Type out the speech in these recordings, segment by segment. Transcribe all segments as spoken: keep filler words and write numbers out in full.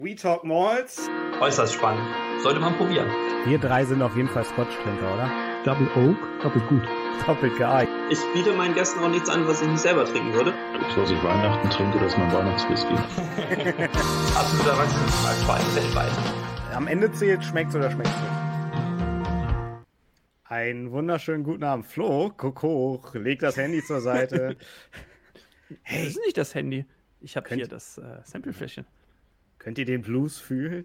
We Talk Malts. Äußerst spannend. Sollte man probieren. Wir drei sind auf jeden Fall Scotch-Trinker, oder? Double Oak, doppelt gut. Doppelt geeignet. Ich biete meinen Gästen auch nichts an, was ich nicht selber trinken würde. Das, was ich Weihnachten trinke, das ist mein Weihnachtswhisky. Absolut erwachsen, vor allem weltweit. Am Ende zählt, schmeckt's oder schmeckt's nicht. Einen wunderschönen guten Abend. Flo, guck hoch, leg das Handy zur Seite. Hey, das ist nicht das Handy. Ich habe hier das äh, Samplefläschchen. Könnt ihr den Blues fühlen?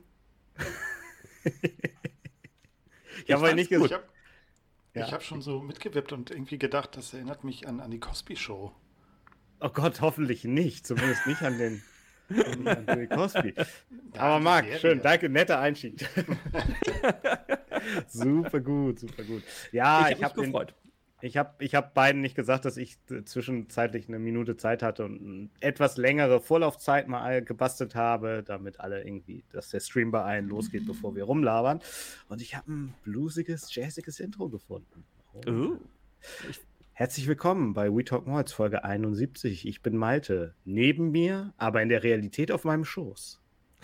ich habe nicht gesagt. Ich habe ja. hab schon so mitgewippt und irgendwie gedacht, das erinnert mich an, an die Cosby-Show. Oh Gott, hoffentlich nicht. Zumindest nicht an den an Bill Cosby. Aber Marc, schön, danke, netter Einstieg. Super gut, super gut. Ja, ich habe hab gefreut. Ich habe ich hab beiden nicht gesagt, dass ich zwischenzeitlich eine Minute Zeit hatte und eine etwas längere Vorlaufzeit mal gebastelt habe, damit alle irgendwie, dass der Stream bei allen losgeht, bevor wir rumlabern. Und ich habe ein bluesiges, jazziges Intro gefunden. Oh. Uh. Herzlich willkommen bei We Talk Malts, Folge einundsiebzig. Ich bin Malte. Neben mir, aber in der Realität auf meinem Schoß.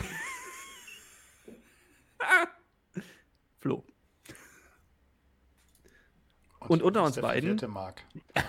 Flo. Und, Und unter uns der beiden. Marc.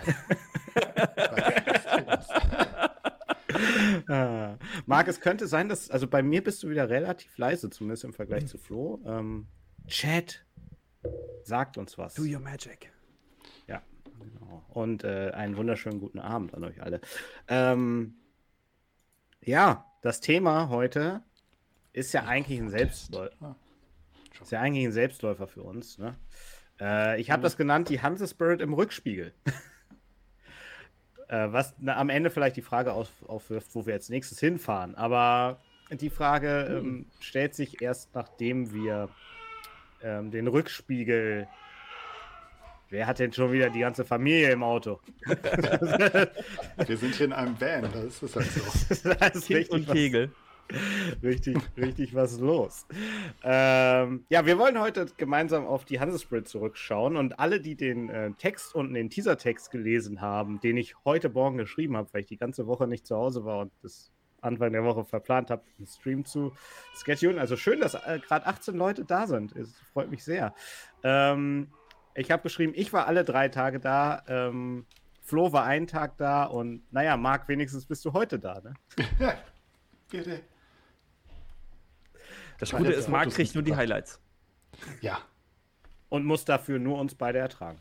ah. Marc, es könnte sein, dass, also bei mir bist du wieder relativ leise, zumindest im Vergleich mhm. zu Flo. Ähm, Chat, sagt uns was. Do your magic. Ja, genau. Und äh, einen wunderschönen guten Abend an euch alle. Ähm, ja, das Thema heute ist ja eigentlich ein Selbstläufer. Ist ja eigentlich ein Selbstläufer für uns, ne? Äh, ich habe mhm. das genannt, die Hanse Spirit im Rückspiegel. äh, was na, am Ende vielleicht die Frage auf, aufwirft, wo wir als nächstes hinfahren. Aber die Frage mhm. ähm, stellt sich erst, nachdem wir ähm, den Rückspiegel. Wer hat denn schon wieder die ganze Familie im Auto? Wir sind hier in einem Van, das ist halt so. Das ist richtig und Kegel. Richtig, richtig was los. Ähm, ja, wir wollen heute gemeinsam auf die Hanse Spirit zurückschauen und alle, die den äh, Text und den Teasertext gelesen haben, den ich heute Morgen geschrieben habe, weil ich die ganze Woche nicht zu Hause war und bis Anfang der Woche verplant habe, einen Stream zu schedulen. Also schön, dass äh, gerade achtzehn Leute da sind. Es freut mich sehr. Ähm, ich habe geschrieben, ich war alle drei Tage da. Ähm, Flo war einen Tag da und naja, Marc, wenigstens bist du heute da, ne? Bitte. Das Gute ist, Marc kriegt nur die Highlights. Ja. Und muss dafür nur uns beide ertragen.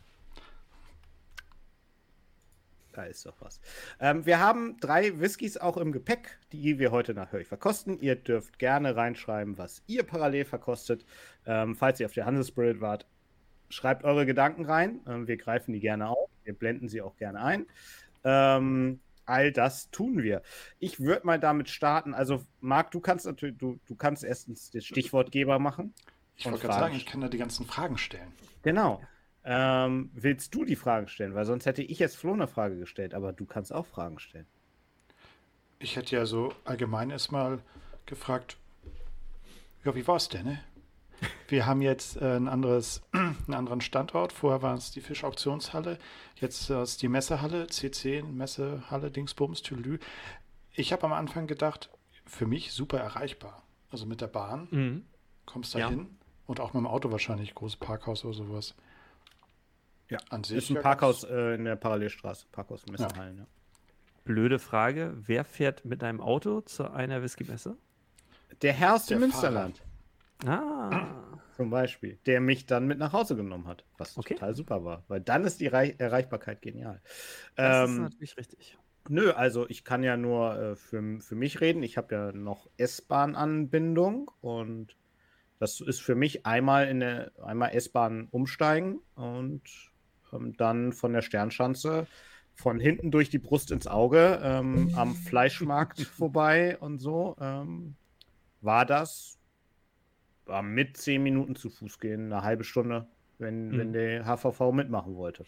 Da ist doch was. Ähm, wir haben drei Whiskys auch im Gepäck, die wir heute nach Hörich verkosten. Ihr dürft gerne reinschreiben, was ihr parallel verkostet. Ähm, falls ihr auf der Hanse Spirit wart, schreibt eure Gedanken rein. Ähm, wir greifen die gerne auf. Wir blenden sie auch gerne ein. Ähm, All das tun wir. Ich würde mal damit starten. Also, Marc, du kannst natürlich, du, du kannst erstens den Stichwortgeber machen. Ich wollte gerade sagen, ich kann da die ganzen Fragen stellen. Genau. Ähm, willst du die Fragen stellen? Weil sonst hätte ich jetzt Flo eine Frage gestellt, aber du kannst auch Fragen stellen. Ich hätte ja so allgemein erstmal gefragt, ja, wie war es denn, ne? Wir haben jetzt äh, ein anderes, einen anderen Standort. Vorher war es die Fischauktionshalle. Jetzt äh, ist die Messehalle, C C, Messehalle, Dingsbums, Tülü. Ich habe am Anfang gedacht, für mich super erreichbar. Also mit der Bahn mhm. kommst da ja hin und auch mit dem Auto wahrscheinlich, großes Parkhaus oder sowas. Ja, an sich ist ein Parkhaus äh, in der Parallelstraße. Parkhaus Messehallen, ja. ja. Blöde Frage, wer fährt mit einem Auto zu einer Whisky-Messe? Der Herr aus dem Münsterland. Fahrer. Ah. Zum Beispiel, der mich dann mit nach Hause genommen hat, was okay. total super war, weil dann ist die Reich- Erreichbarkeit genial. Das ähm, ist natürlich richtig. Nö, also ich kann ja nur äh, für, für mich reden. Ich habe ja noch S-Bahn-Anbindung und das ist für mich einmal in der einmal S-Bahn umsteigen und ähm, dann von der Sternschanze von hinten durch die Brust ins Auge ähm, am Fleischmarkt vorbei und so ähm, war das war mit zehn Minuten zu Fuß gehen, eine halbe Stunde, wenn, mhm. wenn der H V V mitmachen wollte.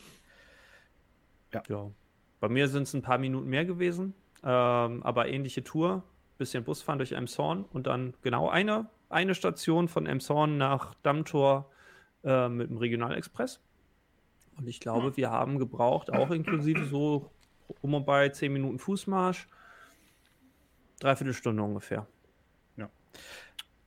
Ja. ja. Bei mir sind es ein paar Minuten mehr gewesen, ähm, aber ähnliche Tour, bisschen Busfahren durch Emshorn und dann genau eine, eine Station von Emshorn nach Dammtor äh, mit dem Regionalexpress. Und ich glaube, mhm. wir haben gebraucht, auch inklusive so um und bei zehn Minuten Fußmarsch, dreiviertel Stunde ungefähr. Ja.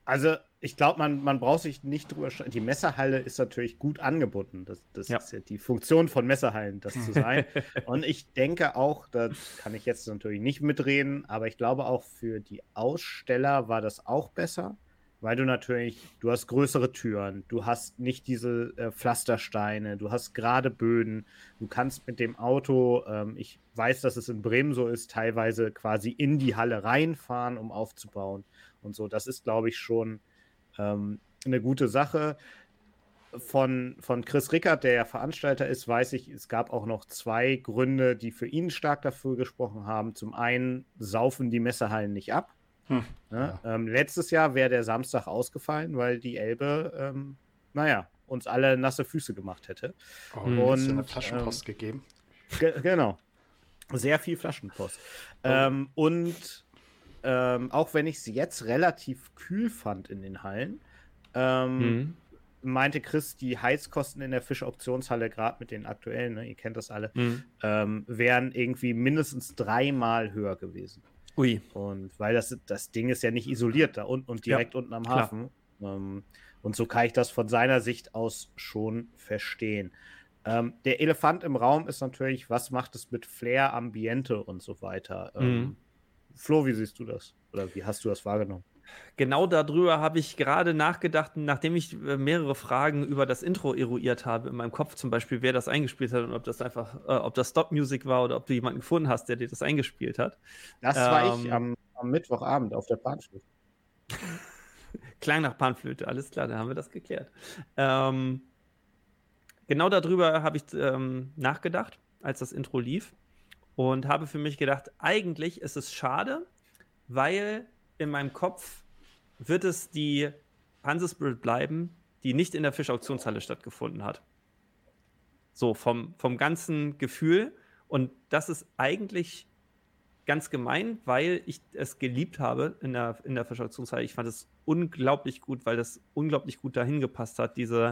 Also ich glaube, man, man braucht sich nicht drüber streiten. Die Messehalle ist natürlich gut angebunden. Das, das Ja. ist ja die Funktion von Messehallen, das zu sein. Und ich denke auch, da kann ich jetzt natürlich nicht mitreden, aber ich glaube auch für die Aussteller war das auch besser, weil du natürlich, du hast größere Türen, du hast nicht diese äh, Pflastersteine, du hast gerade Böden, du kannst mit dem Auto, ähm, ich weiß, dass es in Bremen so ist, teilweise quasi in die Halle reinfahren, um aufzubauen und so. Das ist, glaube ich, schon ähm, eine gute Sache. Von, von Chris Rickert, der ja Veranstalter ist, weiß ich, es gab auch noch zwei Gründe, die für ihn stark dafür gesprochen haben. Zum einen saufen die Messehallen nicht ab. Hm. Ne? Ja. Ähm, letztes Jahr wäre der Samstag ausgefallen, weil die Elbe, ähm, naja, uns alle nasse Füße gemacht hätte. Oh, Mhm. und eine Und, Flaschenpost gegeben. Ge genau. Sehr viel Flaschenpost. Ähm, und ähm, auch wenn ich sie jetzt relativ kühl fand in den Hallen, ähm, Mhm. meinte Chris, die Heizkosten in der Fisch-Auktionshalle, gerade mit den aktuellen, ne, ihr kennt das alle, Mhm. ähm, wären irgendwie mindestens dreimal höher gewesen. Ui. Und weil das, das Ding ist ja nicht isoliert da unten und direkt Ja, unten am klar. Hafen. Ähm, und so kann ich das von seiner Sicht aus schon verstehen. Ähm, der Elefant im Raum ist natürlich, was macht es mit Flair, Ambiente und so weiter. Ähm, Mhm. Flo, wie siehst du das? Oder wie hast du das wahrgenommen? Genau darüber habe ich gerade nachgedacht, nachdem ich äh, mehrere Fragen über das Intro eruiert habe in meinem Kopf, zum Beispiel, wer das eingespielt hat und ob das einfach, äh, ob das Stop-Music war oder ob du jemanden gefunden hast, der dir das eingespielt hat. Das war ich Ähm, am, am Mittwochabend auf der Panflöte. Klang nach Panflöte, alles klar, dann haben wir das geklärt. Ähm, genau darüber habe ich ähm, nachgedacht, als das Intro lief und habe für mich gedacht, eigentlich ist es schade, weil in meinem Kopf wird es die Hansespirit bleiben, die nicht in der Fisch-Auktionshalle stattgefunden hat. So, vom, vom ganzen Gefühl. Und das ist eigentlich ganz gemein, weil ich es geliebt habe in der, in der Fisch-Auktionshalle. Ich fand es unglaublich gut, weil das unglaublich gut dahin gepasst hat, diese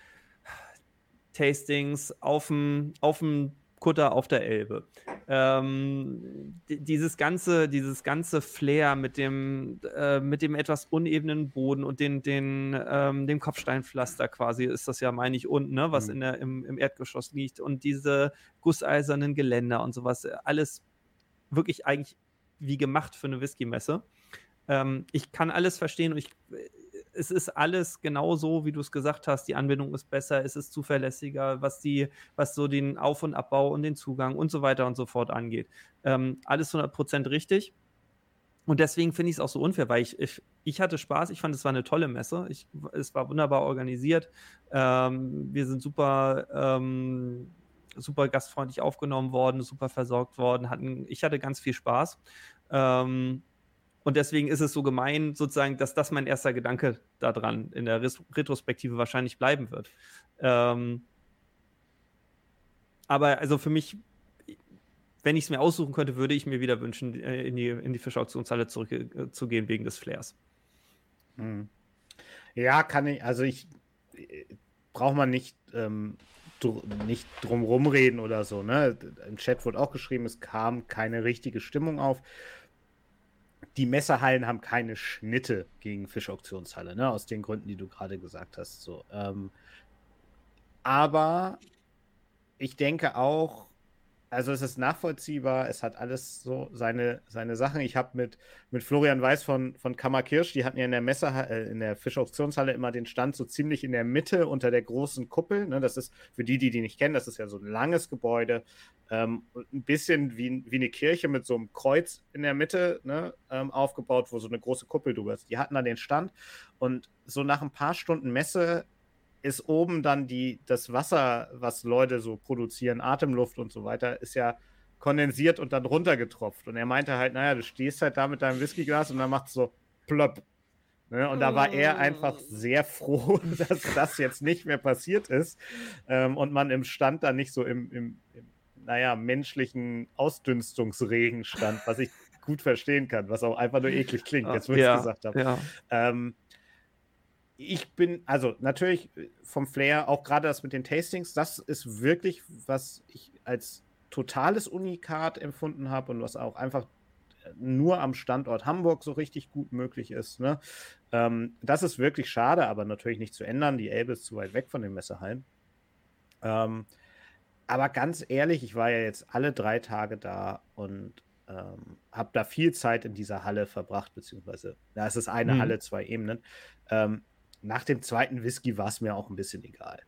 Tastings auf dem auf dem Kutter auf der Elbe. Ähm, d- dieses ganze, dieses ganze Flair mit dem, äh, mit dem etwas unebenen Boden und den, den, ähm, dem Kopfsteinpflaster quasi ist das ja, meine ich, unten, ne, was Mhm. in der, im, im Erdgeschoss liegt und diese gusseisernen Geländer und sowas, alles wirklich eigentlich wie gemacht für eine Whisky-Messe. Ähm, ich kann alles verstehen und ich, es ist alles genau so, wie du es gesagt hast. Die Anbindung ist besser, es ist zuverlässiger, was, die, was so den Auf- und Abbau und den Zugang und so weiter und so fort angeht. Ähm, alles hundert Prozent richtig. Und deswegen finde ich es auch so unfair, weil ich, ich, ich hatte Spaß, ich fand, es war eine tolle Messe. Ich, es war wunderbar organisiert. Ähm, wir sind super, ähm, super gastfreundlich aufgenommen worden, super versorgt worden. Hatten, ich hatte ganz viel Spaß. Ähm, und deswegen ist es so gemein, sozusagen, dass das mein erster Gedanke daran in der Res- Retrospektive wahrscheinlich bleiben wird. Ähm, aber also für mich, wenn ich es mir aussuchen könnte, würde ich mir wieder wünschen, äh, in die, in die Fisch-Auktionshalle zurückzugehen wegen des Flairs. Mhm. Ja, kann ich, also ich äh, braucht man nicht, ähm, dr nicht drum rumreden oder so, ne? Im Chat wurde auch geschrieben, es kam keine richtige Stimmung auf. Die Messehallen haben keine Schnitte gegen Fischauktionshalle, ne? Aus den Gründen, die du gerade gesagt hast. So, ähm, aber ich denke auch, also es ist nachvollziehbar, es hat alles so seine, seine Sachen. Ich habe mit, mit Florian Weiß von, von Kammerkirsch, die hatten ja in der Messe, äh, in der Fischauktionshalle immer den Stand so ziemlich in der Mitte unter der großen Kuppel. Ne? Das ist, für die, die die nicht kennen, das ist ja so ein langes Gebäude. Ähm, ein bisschen wie, wie eine Kirche mit so einem Kreuz in der Mitte, ne, ähm, aufgebaut, wo so eine große Kuppel drüber ist. Die hatten da den Stand und so nach ein paar Stunden Messe ist oben dann die, das Wasser, was Leute so produzieren, Atemluft und so weiter, ist ja kondensiert und dann runtergetropft. Und er meinte halt, naja, du stehst halt da mit deinem Whiskyglas und dann macht es so plopp. Ne? Und da war er einfach sehr froh, dass das jetzt nicht mehr passiert ist ähm, und man im Stand dann nicht so im, im, im, naja, menschlichen Ausdünstungsregen stand, was ich gut verstehen kann, was auch einfach nur eklig klingt, jetzt wo ich es ja, gesagt habe. Ja. Ähm, ich bin, also natürlich vom Flair, auch gerade das mit den Tastings, das ist wirklich, was ich als totales Unikat empfunden habe und was auch einfach nur am Standort Hamburg so richtig gut möglich ist. Ne? Ähm, das ist wirklich schade, aber natürlich nicht zu ändern. Die Elbe ist zu weit weg von den Messehallen. Ähm, aber ganz ehrlich, ich war ja jetzt alle drei Tage da und ähm, habe da viel Zeit in dieser Halle verbracht, beziehungsweise, da ist es eine Mhm. Halle, zwei Ebenen. Ähm, nach dem zweiten Whisky war es mir auch ein bisschen egal.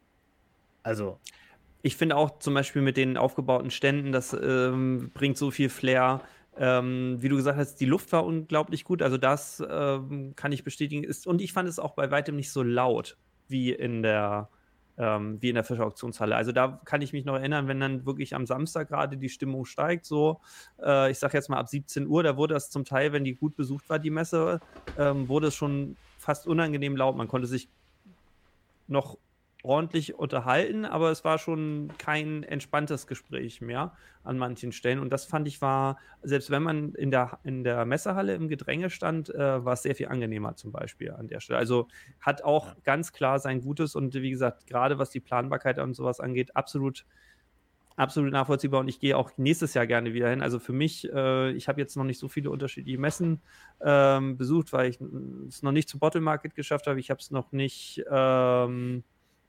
Also, Ich finde auch zum Beispiel mit den aufgebauten Ständen, das ähm, bringt so viel Flair. Ähm, wie du gesagt hast, die Luft war unglaublich gut. Also das ähm, kann ich bestätigen. Ist, und ich fand es auch bei weitem nicht so laut wie in der, ähm, wie in der Fischer-Auktionshalle. Also da kann ich mich noch erinnern, wenn dann wirklich am Samstag gerade die Stimmung steigt, so, äh, ich sag jetzt mal ab siebzehn Uhr, da wurde das zum Teil, wenn die gut besucht war, die Messe, ähm, wurde es schon fast unangenehm laut. Man konnte sich noch ordentlich unterhalten, aber es war schon kein entspanntes Gespräch mehr an manchen Stellen. Und das fand ich war, selbst wenn man in der, in der Messehalle im Gedränge stand, äh, war es sehr viel angenehmer zum Beispiel an der Stelle. Also hat auch Ja. ganz klar sein Gutes und wie gesagt, gerade was die Planbarkeit und sowas angeht, absolut absolut nachvollziehbar und ich gehe auch nächstes Jahr gerne wieder hin. Also für mich, äh, ich habe jetzt noch nicht so viele unterschiedliche Messen ähm, besucht, weil ich es noch nicht zum Bottle Market geschafft habe. Ich habe es noch nicht ähm,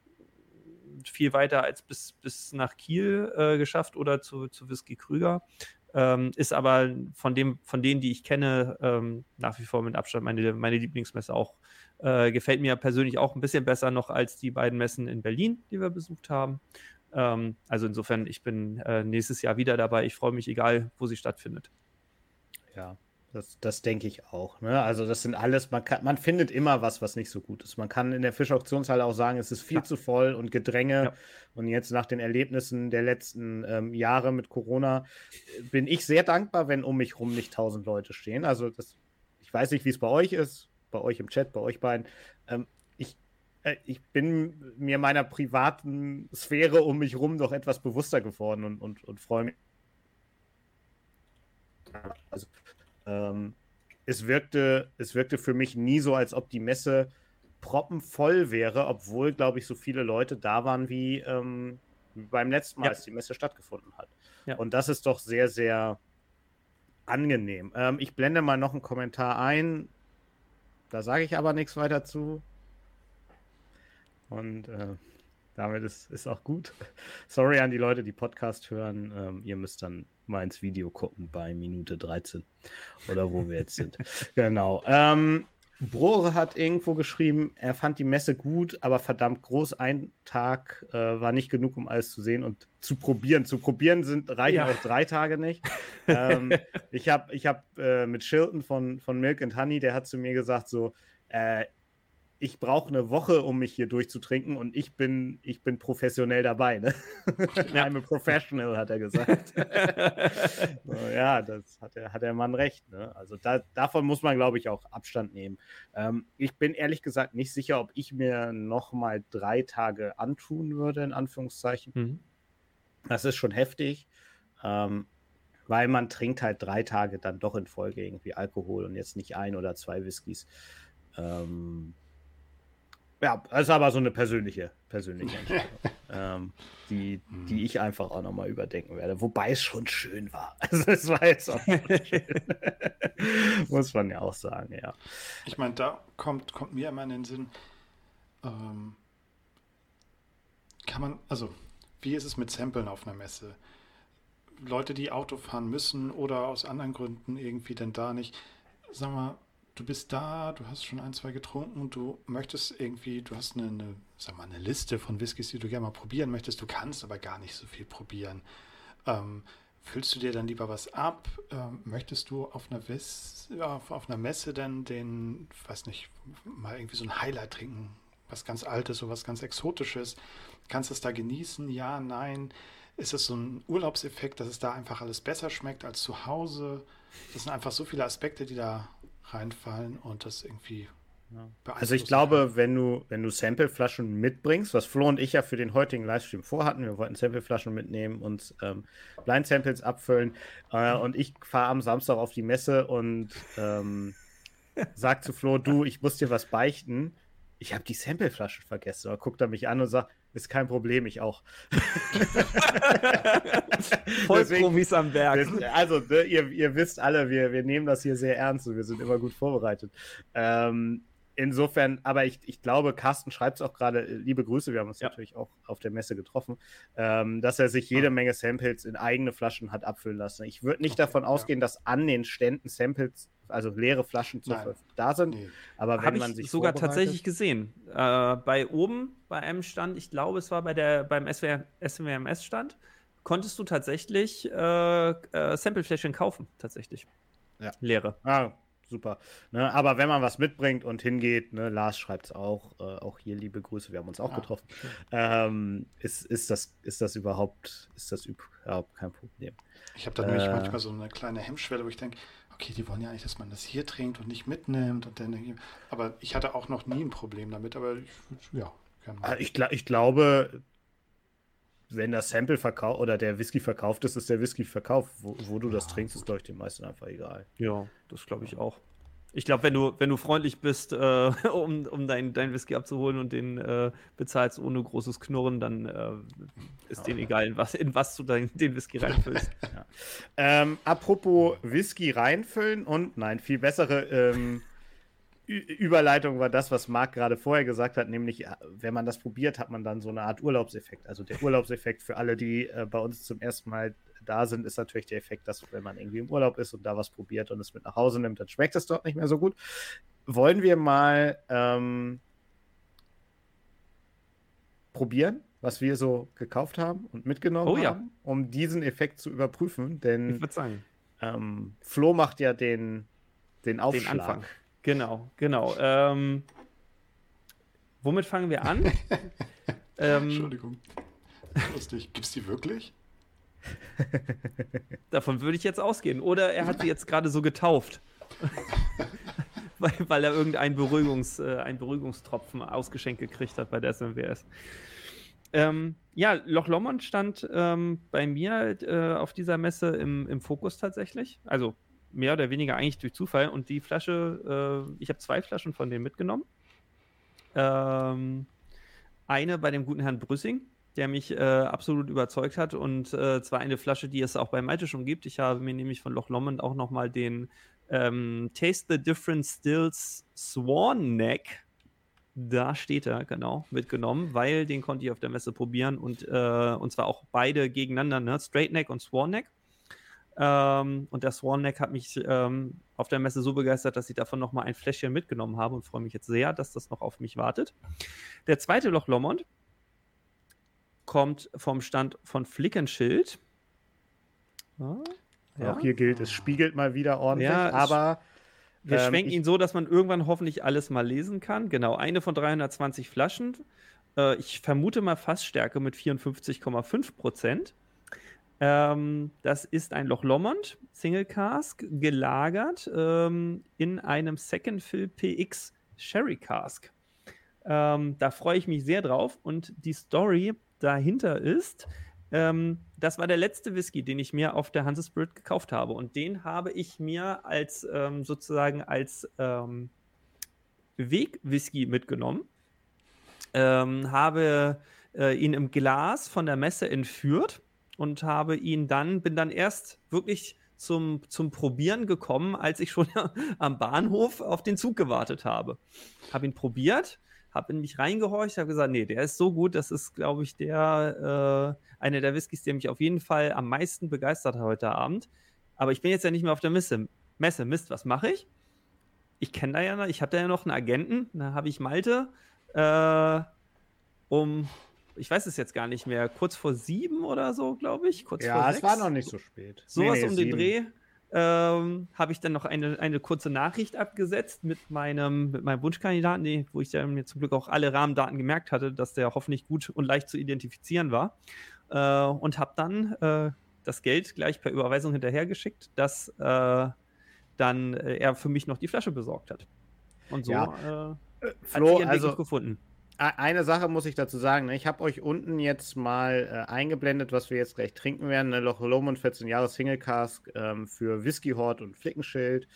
viel weiter als bis, bis nach Kiel äh, geschafft oder zu, zu Whisky Krüger. Ähm, ist aber von, dem, von denen, die ich kenne, ähm, nach wie vor mit Abstand meine, meine Lieblingsmesse auch. Äh, gefällt mir persönlich auch ein bisschen besser noch als die beiden Messen in Berlin, die wir besucht haben. Ähm, also insofern, ich bin äh, nächstes Jahr wieder dabei. Ich freue mich, egal wo sie stattfindet. ja, das, das denke ich auch. Ne? Also das sind alles, man kann, man findet immer was, was nicht so gut ist. Man kann in der Fischer-Auktionshalle auch sagen, es ist viel Ja. zu voll und Gedränge. Ja. Und jetzt nach den Erlebnissen der letzten ähm, Jahre mit Corona äh, bin ich sehr dankbar, wenn um mich rum nicht tausend Leute stehen. Also das, ich weiß nicht, wie es bei euch ist, bei euch im Chat, bei euch beiden. Ähm, ich, äh, ich bin mir meiner privaten Sphäre um mich rum doch etwas bewusster geworden und, und, und freue mich. Also Ähm, es wirkte, es wirkte für mich nie so, als ob die Messe proppenvoll wäre, obwohl, glaube ich, so viele Leute da waren wie ähm, beim letzten Mal, Ja. als die Messe stattgefunden hat. Ja. Und das ist doch sehr, sehr angenehm. Ähm, ich blende mal noch einen Kommentar ein. Da sage ich aber nichts weiter zu. Und äh, damit ist, ist auch gut. Sorry an die Leute, die Podcast hören. Ähm, ihr müsst dann mal ins Video gucken bei Minute dreizehn oder wo wir jetzt sind. Genau. Ähm, Brohre hat irgendwo geschrieben, er fand die Messe gut, aber verdammt groß. Ein Tag äh, war nicht genug, um alles zu sehen und zu probieren. Zu probieren sind reichen Ja. auch drei Tage nicht. ähm, ich habe ich hab, äh, mit Shilton von, von Milk and Honey, der hat zu mir gesagt, so, äh, ich brauche eine Woche, um mich hier durchzutrinken und ich bin, ich bin professionell dabei. Ne? I'm a professional, hat er gesagt. So, ja, das hat der, hat der Mann recht. Ne? Also da, davon muss man, glaube ich, auch Abstand nehmen. Ähm, ich bin ehrlich gesagt nicht sicher, ob ich mir noch mal drei Tage antun würde, in Anführungszeichen. Mhm. Das ist schon heftig, ähm, weil man trinkt halt drei Tage dann doch in Folge irgendwie Alkohol und jetzt nicht ein oder zwei Whiskys. Ähm, Ja, das ist aber so eine persönliche, persönliche Entscheidung, ähm, die, die ich einfach auch nochmal überdenken werde. Wobei es schon schön war. Also es war jetzt auch schon schön. Muss man ja auch sagen, ja. Ich meine, da kommt, kommt mir immer in den Sinn, ähm, kann man, also wie ist es mit Samplen auf einer Messe? Leute, die Auto fahren müssen oder aus anderen Gründen irgendwie denn da nicht, sag mal, du bist da, du hast schon ein, zwei getrunken und du möchtest irgendwie, du hast eine, eine, sag mal, eine Liste von Whiskys, die du gerne mal probieren möchtest, du kannst aber gar nicht so viel probieren. Ähm, füllst du dir dann lieber was ab? Ähm, möchtest du auf einer, Wiss, ja, auf, auf einer Messe dann den, weiß nicht, mal irgendwie so ein Highlight trinken, was ganz Altes, so was ganz Exotisches? Kannst du es da genießen? Ja, nein. Ist es so ein Urlaubseffekt, dass es da einfach alles besser schmeckt als zu Hause? Das sind einfach so viele Aspekte, die da reinfallen und das irgendwie ja. Also ich glaube, wenn du, wenn du Sampleflaschen mitbringst, was Flo und ich ja für den heutigen Livestream vorhatten, wir wollten Sampleflaschen mitnehmen und ähm, Blind Samples abfüllen äh, und ich fahre am Samstag auf die Messe und ähm, sag zu Flo, du, ich muss dir was beichten. ich habe die Sampleflaschen vergessen. Da guckt er mich an und sagt, ist kein Problem, ich auch. Vollprofis am Werk. Also, ne, ihr, ihr wisst alle, wir, wir nehmen das hier sehr ernst und wir sind immer gut vorbereitet. Ähm, insofern, aber ich, ich glaube, Carsten schreibt es auch gerade, liebe Grüße, wir haben uns ja. natürlich auch auf der Messe getroffen, ähm, dass er sich jede Menge Samples in eigene Flaschen hat abfüllen lassen. Ich würde nicht okay, davon ja. ausgehen, dass an den Ständen Samples, also leere Flaschen zu da sind, nee. aber wenn Hab man ich sich sogar tatsächlich gesehen. Äh, bei oben, bei einem Stand, ich glaube, es war bei der, beim S W M S-Stand, konntest du tatsächlich äh, äh, Samplefläschchen kaufen, tatsächlich. Ja. Leere. Ah, super. Ne, aber wenn man was mitbringt und hingeht, ne, Lars schreibt es auch, äh, auch hier liebe Grüße, wir haben uns auch ah, getroffen, ähm, ist, ist, das, ist das überhaupt, ist das überhaupt kein Problem. Ich habe da äh, nämlich manchmal so eine kleine Hemmschwelle, wo ich denke, okay, die wollen ja eigentlich, dass man das hier trinkt und nicht mitnimmt und dann hier. Aber ich hatte auch noch nie ein Problem damit, aber ich, ja. Ich, ich glaube, wenn das Sample verkauft oder der Whisky verkauft ist, ist der Whisky verkauft. Wo, wo du ja, das trinkst, gut. ist, glaube ich, den meisten einfach egal. Ja, das glaube ich auch. Ich glaube, wenn du, wenn du freundlich bist, äh, um, um deinen dein Whisky abzuholen und den äh, bezahlst ohne großes Knurren, dann äh, ist ja, denen ja. egal, in was, in was du dein, den Whisky reinfüllst. ja. ähm, apropos Whisky reinfüllen und, nein, viel bessere ähm, Überleitung war das, was Marc gerade vorher gesagt hat, nämlich, wenn man das probiert, hat man dann so eine Art Urlaubseffekt. Also der Urlaubseffekt für alle, die äh, bei uns zum ersten Mal da sind, ist natürlich der Effekt, dass wenn man irgendwie im Urlaub ist und da was probiert und es mit nach Hause nimmt, dann schmeckt es dort nicht mehr so gut. Wollen wir mal ähm, probieren, was wir so gekauft haben und mitgenommen oh, ja. haben, um diesen Effekt zu überprüfen? Denn ich würde sagen, ähm, Flo macht ja den, den Aufschlag. Den Anfang. Genau, genau. Ähm, womit fangen wir an? ähm, Entschuldigung. Lustig. Gibt's die wirklich? Davon würde ich jetzt ausgehen. Oder er hat sie jetzt gerade so getauft. weil, weil er irgendeinen Beruhigungs, äh, einen Beruhigungstropfen ausgeschenkt gekriegt hat bei der S M W S. Ähm, ja, Loch Lomond stand ähm, bei mir äh, auf dieser Messe im, im Fokus tatsächlich. Also mehr oder weniger eigentlich durch Zufall. Und die Flasche, äh, ich habe zwei Flaschen von denen mitgenommen. Ähm, eine bei dem guten Herrn Brüssing, der mich äh, absolut überzeugt hat. Und äh, zwar eine Flasche, die es auch bei Malte schon gibt. Ich habe mir nämlich von Loch Lomond auch nochmal den ähm, Taste the Different Stills Swan Neck, da steht er, genau, mitgenommen, weil den konnte ich auf der Messe probieren. Und, äh, und zwar auch beide gegeneinander, ne? Straight Neck und Swan Neck. Ähm, und der Swan Neck hat mich ähm, auf der Messe so begeistert, dass ich davon nochmal ein Fläschchen mitgenommen habe und freue mich jetzt sehr, dass das noch auf mich wartet. Der zweite Loch Lomond kommt vom Stand von Flickenschild. Ja, ja. Auch hier gilt, es spiegelt mal wieder ordentlich, ja, aber wir ähm, schwenken ihn so, dass man irgendwann hoffentlich alles mal lesen kann. Genau, eine von dreihundertzwanzig Flaschen. Äh, ich vermute mal Fassstärke mit vierundfünfzig Komma fünf Prozent. Ähm, das ist ein Loch Lomond Single Cask, gelagert ähm, in einem Second Fill P X Sherry Cask. Ähm, da freue ich mich sehr drauf. Und die Story dahinter ist, ähm, das war der letzte Whisky, den ich mir auf der Hanse Spirit gekauft habe. Und den habe ich mir als ähm, sozusagen als ähm, Weg-Whisky mitgenommen. Ähm, habe äh, ihn im Glas von der Messe entführt und habe ihn dann, bin dann erst wirklich zum, zum Probieren gekommen, als ich schon am Bahnhof auf den Zug gewartet habe. Habe ihn probiert, habe in mich reingehorcht, habe gesagt, nee, der ist so gut, das ist, glaube ich, der äh, einer der Whiskys, der mich auf jeden Fall am meisten begeistert hat heute Abend. Aber ich bin jetzt ja nicht mehr auf der Messe. Messe, Mist, was mache ich? Ich kenne da ja noch, ich habe da ja noch einen Agenten, da habe ich Malte äh, um, ich weiß es jetzt gar nicht mehr, kurz vor sieben oder so, glaube ich. Kurz ja, vor es sechs. war noch nicht so spät. Sowas nee, nee, um den Dreh. Ähm, habe ich dann noch eine, eine kurze Nachricht abgesetzt mit meinem, mit meinem Wunschkandidaten, die, wo ich dann mir zum Glück auch alle Rahmendaten gemerkt hatte, dass der hoffentlich gut und leicht zu identifizieren war. Äh, und habe dann äh, das Geld gleich per Überweisung hinterhergeschickt, dass äh, dann äh, er für mich noch die Flasche besorgt hat. Und so ja. äh, äh, Flo, hat sie ihren also Weg gefunden. Eine Sache muss ich dazu sagen, ne? Ich habe euch unten jetzt mal äh, eingeblendet, was wir jetzt gleich trinken werden. Ne? Loch Lomond vierzehn Jahre Single Cask ähm, für Whisky Hort und Flickenschild.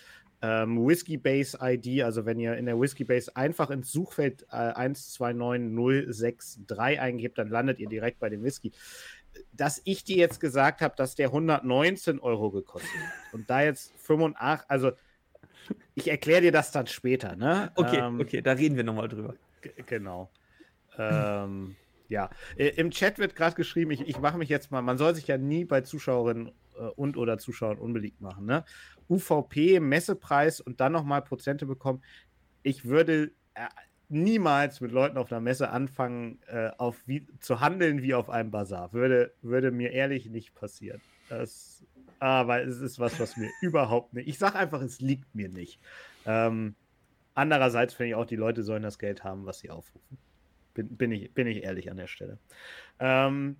ähm, Whiskey Base I D, also wenn ihr in der Whiskey Base einfach ins Suchfeld äh, eins zwei neun null sechs drei eingebt, dann landet ihr direkt bei dem Whisky. Dass ich dir jetzt gesagt habe, dass der hundertneunzehn Euro gekostet hat und da jetzt fünfundachtzig, also ich erkläre dir das dann später, ne? Okay, ähm, okay, da reden wir nochmal drüber. G- genau. ähm, ja, äh, im Chat wird gerade geschrieben, ich, ich mache mich jetzt mal, man soll sich ja nie bei Zuschauerinnen äh, und oder Zuschauern unbeliebt machen, ne? U V P, Messepreis und dann nochmal Prozente bekommen. Ich würde äh, niemals mit Leuten auf einer Messe anfangen, äh, auf wie, zu handeln wie auf einem Bazar. Würde, würde mir ehrlich nicht passieren. Das, aber es ist was, was mir überhaupt nicht. Ich sage einfach, es liegt mir nicht. Ähm, andererseits finde ich auch, die Leute sollen das Geld haben, was sie aufrufen. Bin, bin, ich, bin ich ehrlich an der Stelle. Ähm,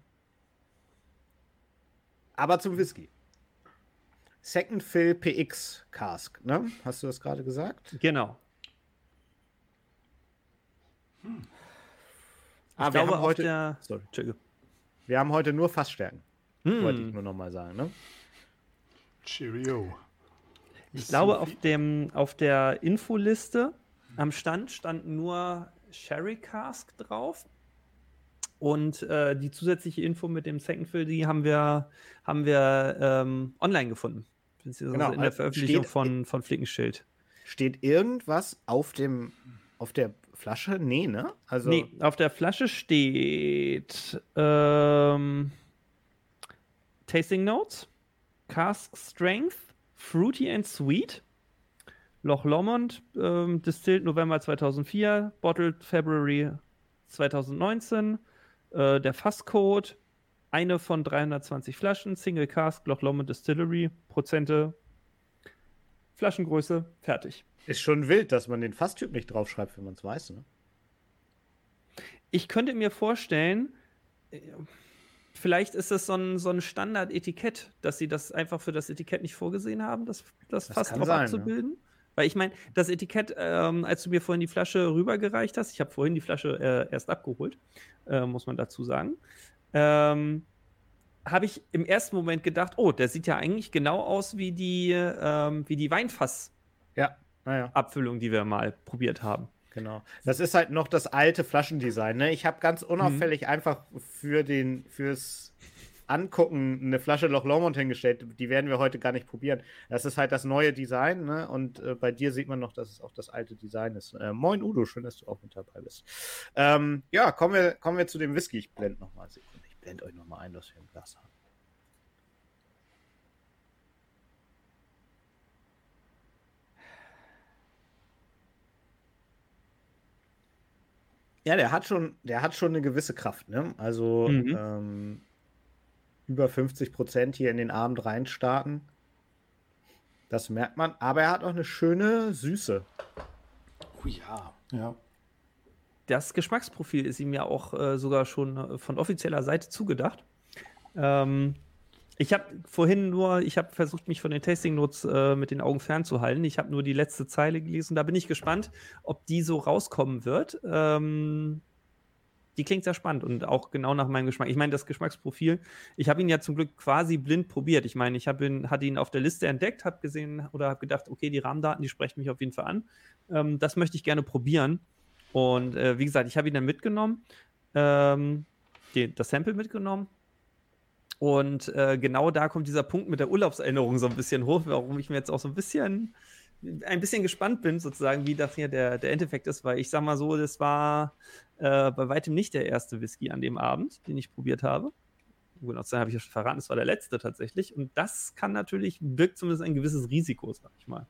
aber zum Whisky. Second Fill P X Cask, ne? Hast du das gerade gesagt? Genau. Hm. Ich Ah, wir glaube, haben auf heute, der... sorry. Entschuldigung. Wir haben heute nur Fassstärken. Hm. Wollte ich nur noch mal sagen, ne? Cheerio. Ich glaube, auf, dem, auf der Infoliste am Stand stand nur Sherry Cask drauf. Und äh, die zusätzliche Info mit dem Second Fill, die haben wir, haben wir ähm, online gefunden. Beziehungsweise Genau, in der also Veröffentlichung steht- von, von Flickenschild. Steht irgendwas auf dem auf der Flasche? Nee, ne? Also Nee, auf der Flasche steht ähm, Tasting Notes, Cask Strength, Fruity and Sweet, Loch Lomond, ähm, Distilled November zweitausendvier, Bottled February zweitausendneunzehn, äh, der Fasscode, eine von dreihundertzwanzig Flaschen, Single Cask, Loch Lomond Distillery, Prozente, Flaschengröße, fertig. ist schon wild, dass man den Fasstyp nicht draufschreibt, wenn man es weiß, ne? Ich könnte mir vorstellen, äh, vielleicht ist es so ein, so ein Standard-Etikett, dass sie das einfach für das Etikett nicht vorgesehen haben, das, das, Das Fass kann drauf sein, abzubilden. Weil ich meine, das Etikett, ähm, als du mir vorhin die Flasche rübergereicht hast, ich habe vorhin die Flasche äh, erst abgeholt, äh, muss man dazu sagen, ähm, habe ich im ersten Moment gedacht, oh, der sieht ja eigentlich genau aus wie die, ähm, wie die Weinfass-Abfüllung, Ja, naja, die wir mal probiert haben. genau. Das ist halt noch das alte Flaschendesign, ne? Ich habe ganz unauffällig mhm. einfach für den, fürs Angucken eine Flasche Loch Lomond hingestellt. Die werden wir heute gar nicht probieren. Das ist halt das neue Design, ne? Und äh, bei dir sieht man noch, dass es auch das alte Design ist. Äh, moin Udo, schön, dass du auch mit dabei bist. Ähm, ja, kommen wir, kommen wir zu dem Whisky. Ich blende nochmal. Ich blende euch nochmal ein, was wir im Glas haben. Ja, der hat schon, der hat schon eine gewisse Kraft, ne? Also Mhm. ähm, über fünfzig Prozent hier in den Abend reinstarten. Das merkt man. Aber er hat auch eine schöne Süße. Oh ja. Ja. Das Geschmacksprofil ist ihm ja auch äh, sogar schon äh, von offizieller Seite zugedacht. Ähm, ich habe vorhin nur, ich habe versucht, mich von den Tasting Notes äh, mit den Augen fernzuhalten. Ich habe nur die letzte Zeile gelesen. Da bin ich gespannt, ob die so rauskommen wird. Ähm, die klingt sehr spannend und auch genau nach meinem Geschmack. Ich meine, das Geschmacksprofil, ich habe ihn ja zum Glück quasi blind probiert. Ich meine, ich habe ihn, hatte ihn auf der Liste entdeckt, habe gesehen oder habe gedacht, okay, die Rahmendaten, die sprechen mich auf jeden Fall an. Ähm, das möchte ich gerne probieren. Und äh, wie gesagt, ich habe ihn dann mitgenommen, ähm, die, das Sample mitgenommen. Und äh, genau da kommt dieser Punkt mit der Urlaubserinnerung so ein bisschen hoch, warum ich mir jetzt auch so ein bisschen, ein bisschen gespannt bin, sozusagen, wie das hier der, der Endeffekt ist, weil ich sag mal so, das war äh, bei weitem nicht der erste Whisky an dem Abend, den ich probiert habe. Genau, das habe ich ja schon verraten, das war der letzte tatsächlich. Und das kann natürlich, birgt zumindest ein gewisses Risiko, sag ich mal.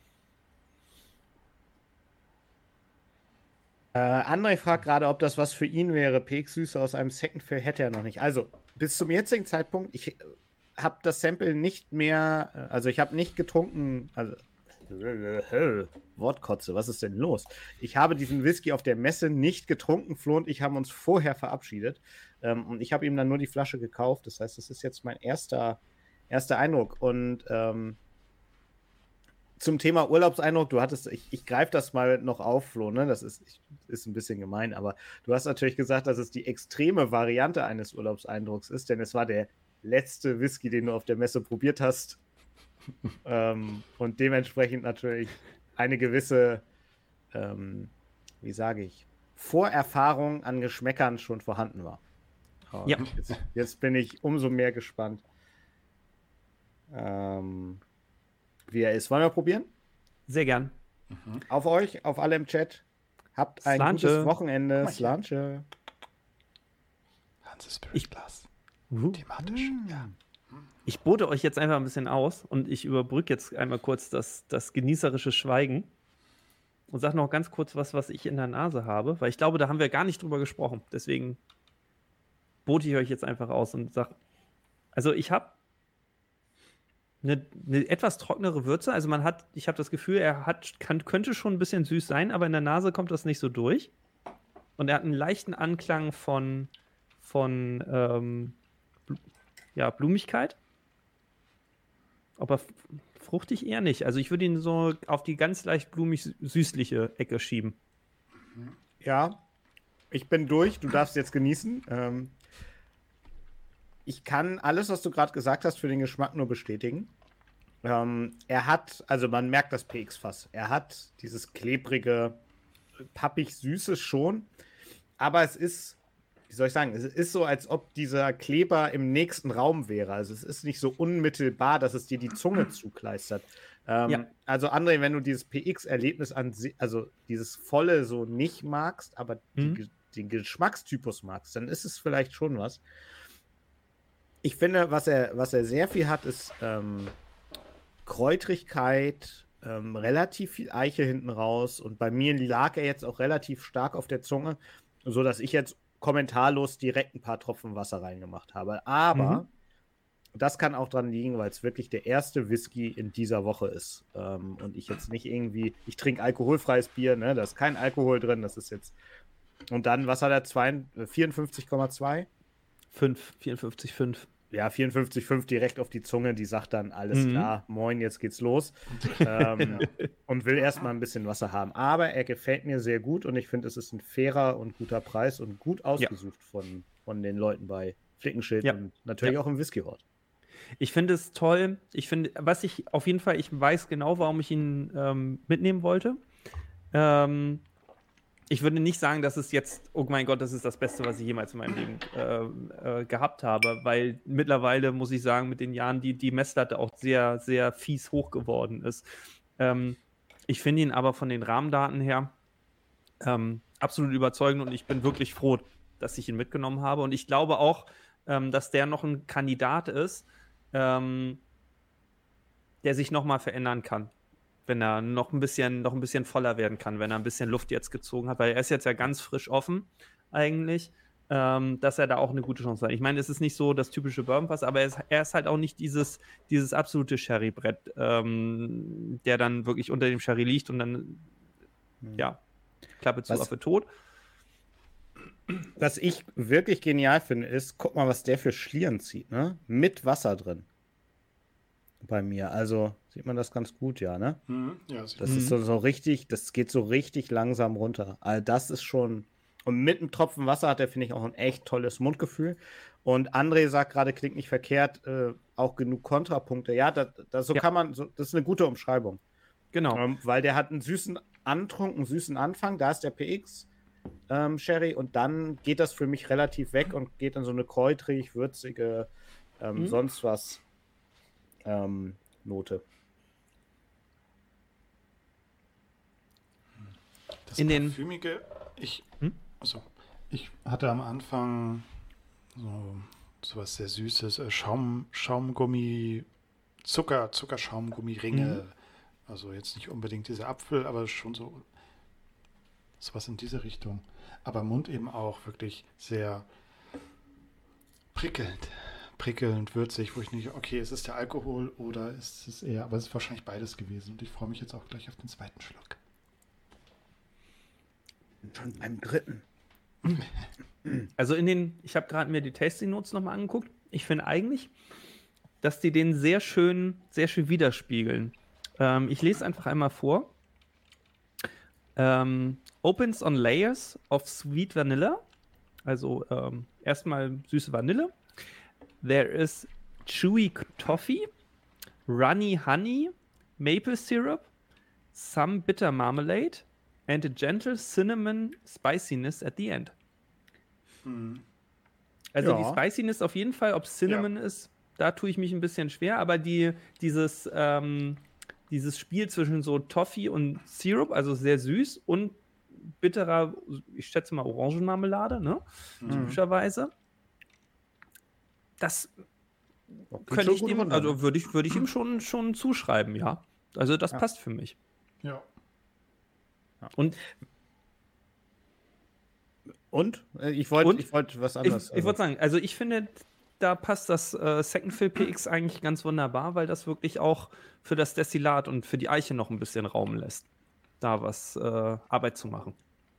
Äh, André fragt gerade, ob das was für ihn wäre. P X-Süße aus einem Second Fill hätte er noch nicht. Also, bis zum jetzigen Zeitpunkt, ich äh, habe das Sample nicht mehr, äh, also ich habe nicht getrunken, also äh, Wortkotze, was ist denn los? Ich habe diesen Whisky auf der Messe nicht getrunken. Flo und ich haben uns vorher verabschiedet ähm, und ich habe ihm dann nur die Flasche gekauft. Das heißt, das ist jetzt mein erster, erster Eindruck. Und ähm, zum Thema Urlaubseindruck, du hattest, ich, ich greife das mal noch auf, Flo, ne? Das ist, ist ein bisschen gemein, aber du hast natürlich gesagt, dass es die extreme Variante eines Urlaubseindrucks ist, denn es war der letzte Whisky, den du auf der Messe probiert hast, ähm, und dementsprechend natürlich eine gewisse, ähm, wie sage ich, Vorerfahrung an Geschmäckern schon vorhanden war. Und Ja. Jetzt, jetzt bin ich umso mehr gespannt, ähm, wie er ist. Wollen wir probieren? Sehr gern. Auf euch, auf alle im Chat. Habt ein Slanche. gutes Wochenende. Mach ich. Slanche. Hanse Spirit Ich- Glass. Uh. Thematisch. Ja. Ich bote euch jetzt einfach ein bisschen aus und ich überbrücke jetzt einmal kurz das, das genießerische Schweigen und sage noch ganz kurz was, was ich in der Nase habe, weil ich glaube, da haben wir gar nicht drüber gesprochen. Deswegen bote ich euch jetzt einfach aus und sage, also ich habe eine, eine etwas trockenere Würze. Also man hat, ich habe das Gefühl, er hat, kann, könnte schon ein bisschen süß sein, aber in der Nase kommt das nicht so durch. Und er hat einen leichten Anklang von, von ähm, Bl- ja, Blumigkeit. Aber f- fruchtig eher nicht. Also ich würde ihn so auf die ganz leicht blumig-süßliche Ecke schieben. Ja, ich bin durch. Du darfst jetzt genießen. Ähm, ich kann alles, was du gerade gesagt hast, für den Geschmack nur bestätigen. Ähm, er hat, also man merkt das P X-Fass. Er hat dieses klebrige, pappig-süße schon. Aber es ist, wie soll ich sagen, es ist so, als ob dieser Kleber im nächsten Raum wäre. Also es ist nicht so unmittelbar, dass es dir die Zunge zukleistert. Ähm, Ja. Also André, wenn du dieses P X-Erlebnis an si- also dieses volle so nicht magst, aber die, Mhm. Ge- den Geschmackstypus magst, dann ist es vielleicht schon was. Ich finde, was er, was er sehr viel hat, ist ähm, Kräutrigkeit, ähm, relativ viel Eiche hinten raus. Und bei mir lag er jetzt auch relativ stark auf der Zunge, so dass ich jetzt kommentarlos direkt ein paar Tropfen Wasser reingemacht habe. Aber Mhm. das kann auch dran liegen, weil es wirklich der erste Whisky in dieser Woche ist. Ähm, und ich jetzt nicht irgendwie, ich trinke alkoholfreies Bier, ne? Da ist kein Alkohol drin, das ist jetzt. Und dann, was hat er? Zwei- vierundfünfzig Komma zwei? fünf, vierundfünfzig Komma fünf. Ja, vierundfünfzig Komma fünf direkt auf die Zunge, die sagt dann, alles Mhm. klar, moin, jetzt geht's los. ähm, und will erstmal ein bisschen Wasser haben. Aber er gefällt mir sehr gut und ich finde, es ist ein fairer und guter Preis und gut ausgesucht von, von den Leuten bei Flickenschild Ja. und natürlich Ja. auch im Whisky-Hort. Ich finde es toll. Ich finde, was ich auf jeden Fall, ich weiß genau, warum ich ihn ähm, mitnehmen wollte. Ähm, ich würde nicht sagen, dass es jetzt, oh mein Gott, das ist das Beste, was ich jemals in meinem Leben äh, äh, gehabt habe, weil mittlerweile, muss ich sagen, mit den Jahren die, die Messlatte auch sehr, sehr fies hoch geworden ist. Ähm, ich finde ihn aber von den Rahmendaten her ähm, absolut überzeugend und ich bin wirklich froh, dass ich ihn mitgenommen habe. Und ich glaube auch, ähm, dass der noch ein Kandidat ist, ähm, der sich nochmal verändern kann, wenn er noch ein bisschen, noch ein bisschen voller werden kann, wenn er ein bisschen Luft jetzt gezogen hat, weil er ist jetzt ja ganz frisch offen eigentlich, ähm, dass er da auch eine gute Chance hat. Ich meine, es ist nicht so das typische Bourbonfass, aber er ist, er ist halt auch nicht dieses, dieses absolute Sherry-Brett, ähm, der dann wirklich unter dem Sherry liegt und dann, Mhm. ja, Klappe zu, Was- Affe tot. Was ich wirklich genial finde, ist, guck mal, was der für Schlieren zieht, ne? Mit Wasser drin. Bei mir. Also sieht man das ganz gut, ja, ne? Mhm. Ja, sieht Das Mhm. ist so, so richtig, das geht so richtig langsam runter. Also das ist schon. Und mit einem Tropfen Wasser hat er, finde ich, auch ein echt tolles Mundgefühl. Und André sagt gerade, klingt nicht verkehrt, äh, auch genug Kontrapunkte. Ja, das, das, so Ja. kann man, so, das ist eine gute Umschreibung. Genau. Ähm, weil der hat einen süßen Antrunk, einen süßen Anfang, da ist der P X ähm, Sherry und dann geht das für mich relativ weg und geht in so eine kräutrig, würzige, ähm, Mhm. sonst was ähm, Note. Das In den- Parfümige, ich, Hm? also, ich hatte am Anfang so sowas sehr Süßes, äh, Schaum, Schaumgummi, Zucker, Zuckerschaumgummi-Ringe. Also jetzt nicht unbedingt dieser Apfel, aber schon so sowas in diese Richtung. Aber Mund eben auch wirklich sehr prickelnd. Prickelnd, würzig, wo ich nicht, okay, ist es der Alkohol oder ist es eher, aber es ist wahrscheinlich beides gewesen und ich freue mich jetzt auch gleich auf den zweiten Schluck. Schon beim dritten. Also in den, ich habe gerade mir die Tasting Notes nochmal angeguckt. Ich finde eigentlich, dass die den sehr schön, sehr schön widerspiegeln. Ähm, ich lese einfach einmal vor. Ähm, opens on layers of sweet vanilla. Also ähm, erstmal süße Vanille. There is chewy toffee, runny honey, maple syrup, some bitter marmalade and a gentle cinnamon spiciness at the end. Hm. Also Ja. die Spiciness auf jeden Fall, ob es Cinnamon Ja. ist, da tue ich mich ein bisschen schwer, aber die, dieses, ähm, dieses Spiel zwischen so Toffee und Syrup, also sehr süß und bitterer, ich schätze mal Orangenmarmelade, ne? Mhm. Typischerweise. Das Geht könnte schon ich gut dem, runter, also ne? würde ich, würde ich ihm schon, schon zuschreiben, ja. Also das Ja. passt für mich. Ja. Und Und? Äh, Ich wollte Und? ich wollt was ich, anderes. ich würde sagen, also ich finde, da passt das äh, Second Fill P X eigentlich ganz wunderbar, weil das wirklich auch für das Destillat und für die Eiche noch ein bisschen Raum lässt, da was äh, Arbeit zu machen.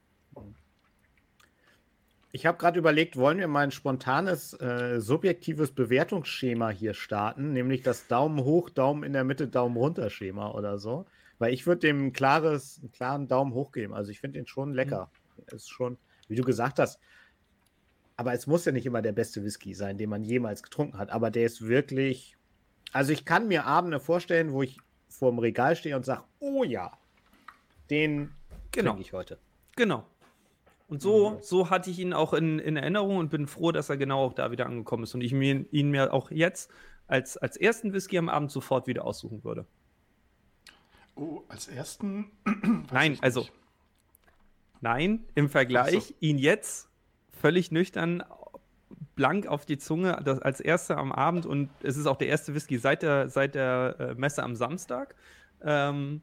Ich habe gerade überlegt, wollen wir mal ein spontanes, äh, subjektives Bewertungsschema hier starten, nämlich das Daumen hoch, Daumen in der Mitte, Daumen runter Schema oder so. Weil ich würde dem ein klares, einen klaren Daumen hoch geben. Also ich finde den schon lecker. Ist schon, wie du gesagt hast, aber es muss ja nicht immer der beste Whisky sein, den man jemals getrunken hat. Aber der ist wirklich, also ich kann mir Abende vorstellen, wo ich vor dem Regal stehe und sage, oh ja, den Genau. trinke ich heute. Genau. Und so, so hatte ich ihn auch in, in Erinnerung und bin froh, dass er genau auch da wieder angekommen ist und ich mir, ihn mir auch jetzt als, als ersten Whisky am Abend sofort wieder aussuchen würde. Oh, als ersten. Nein, ich also nicht. nein, im Vergleich, Ach so. ihn jetzt völlig nüchtern, blank auf die Zunge, das als erster am Abend und es ist auch der erste Whisky seit der, seit der äh, Messe am Samstag. Ähm,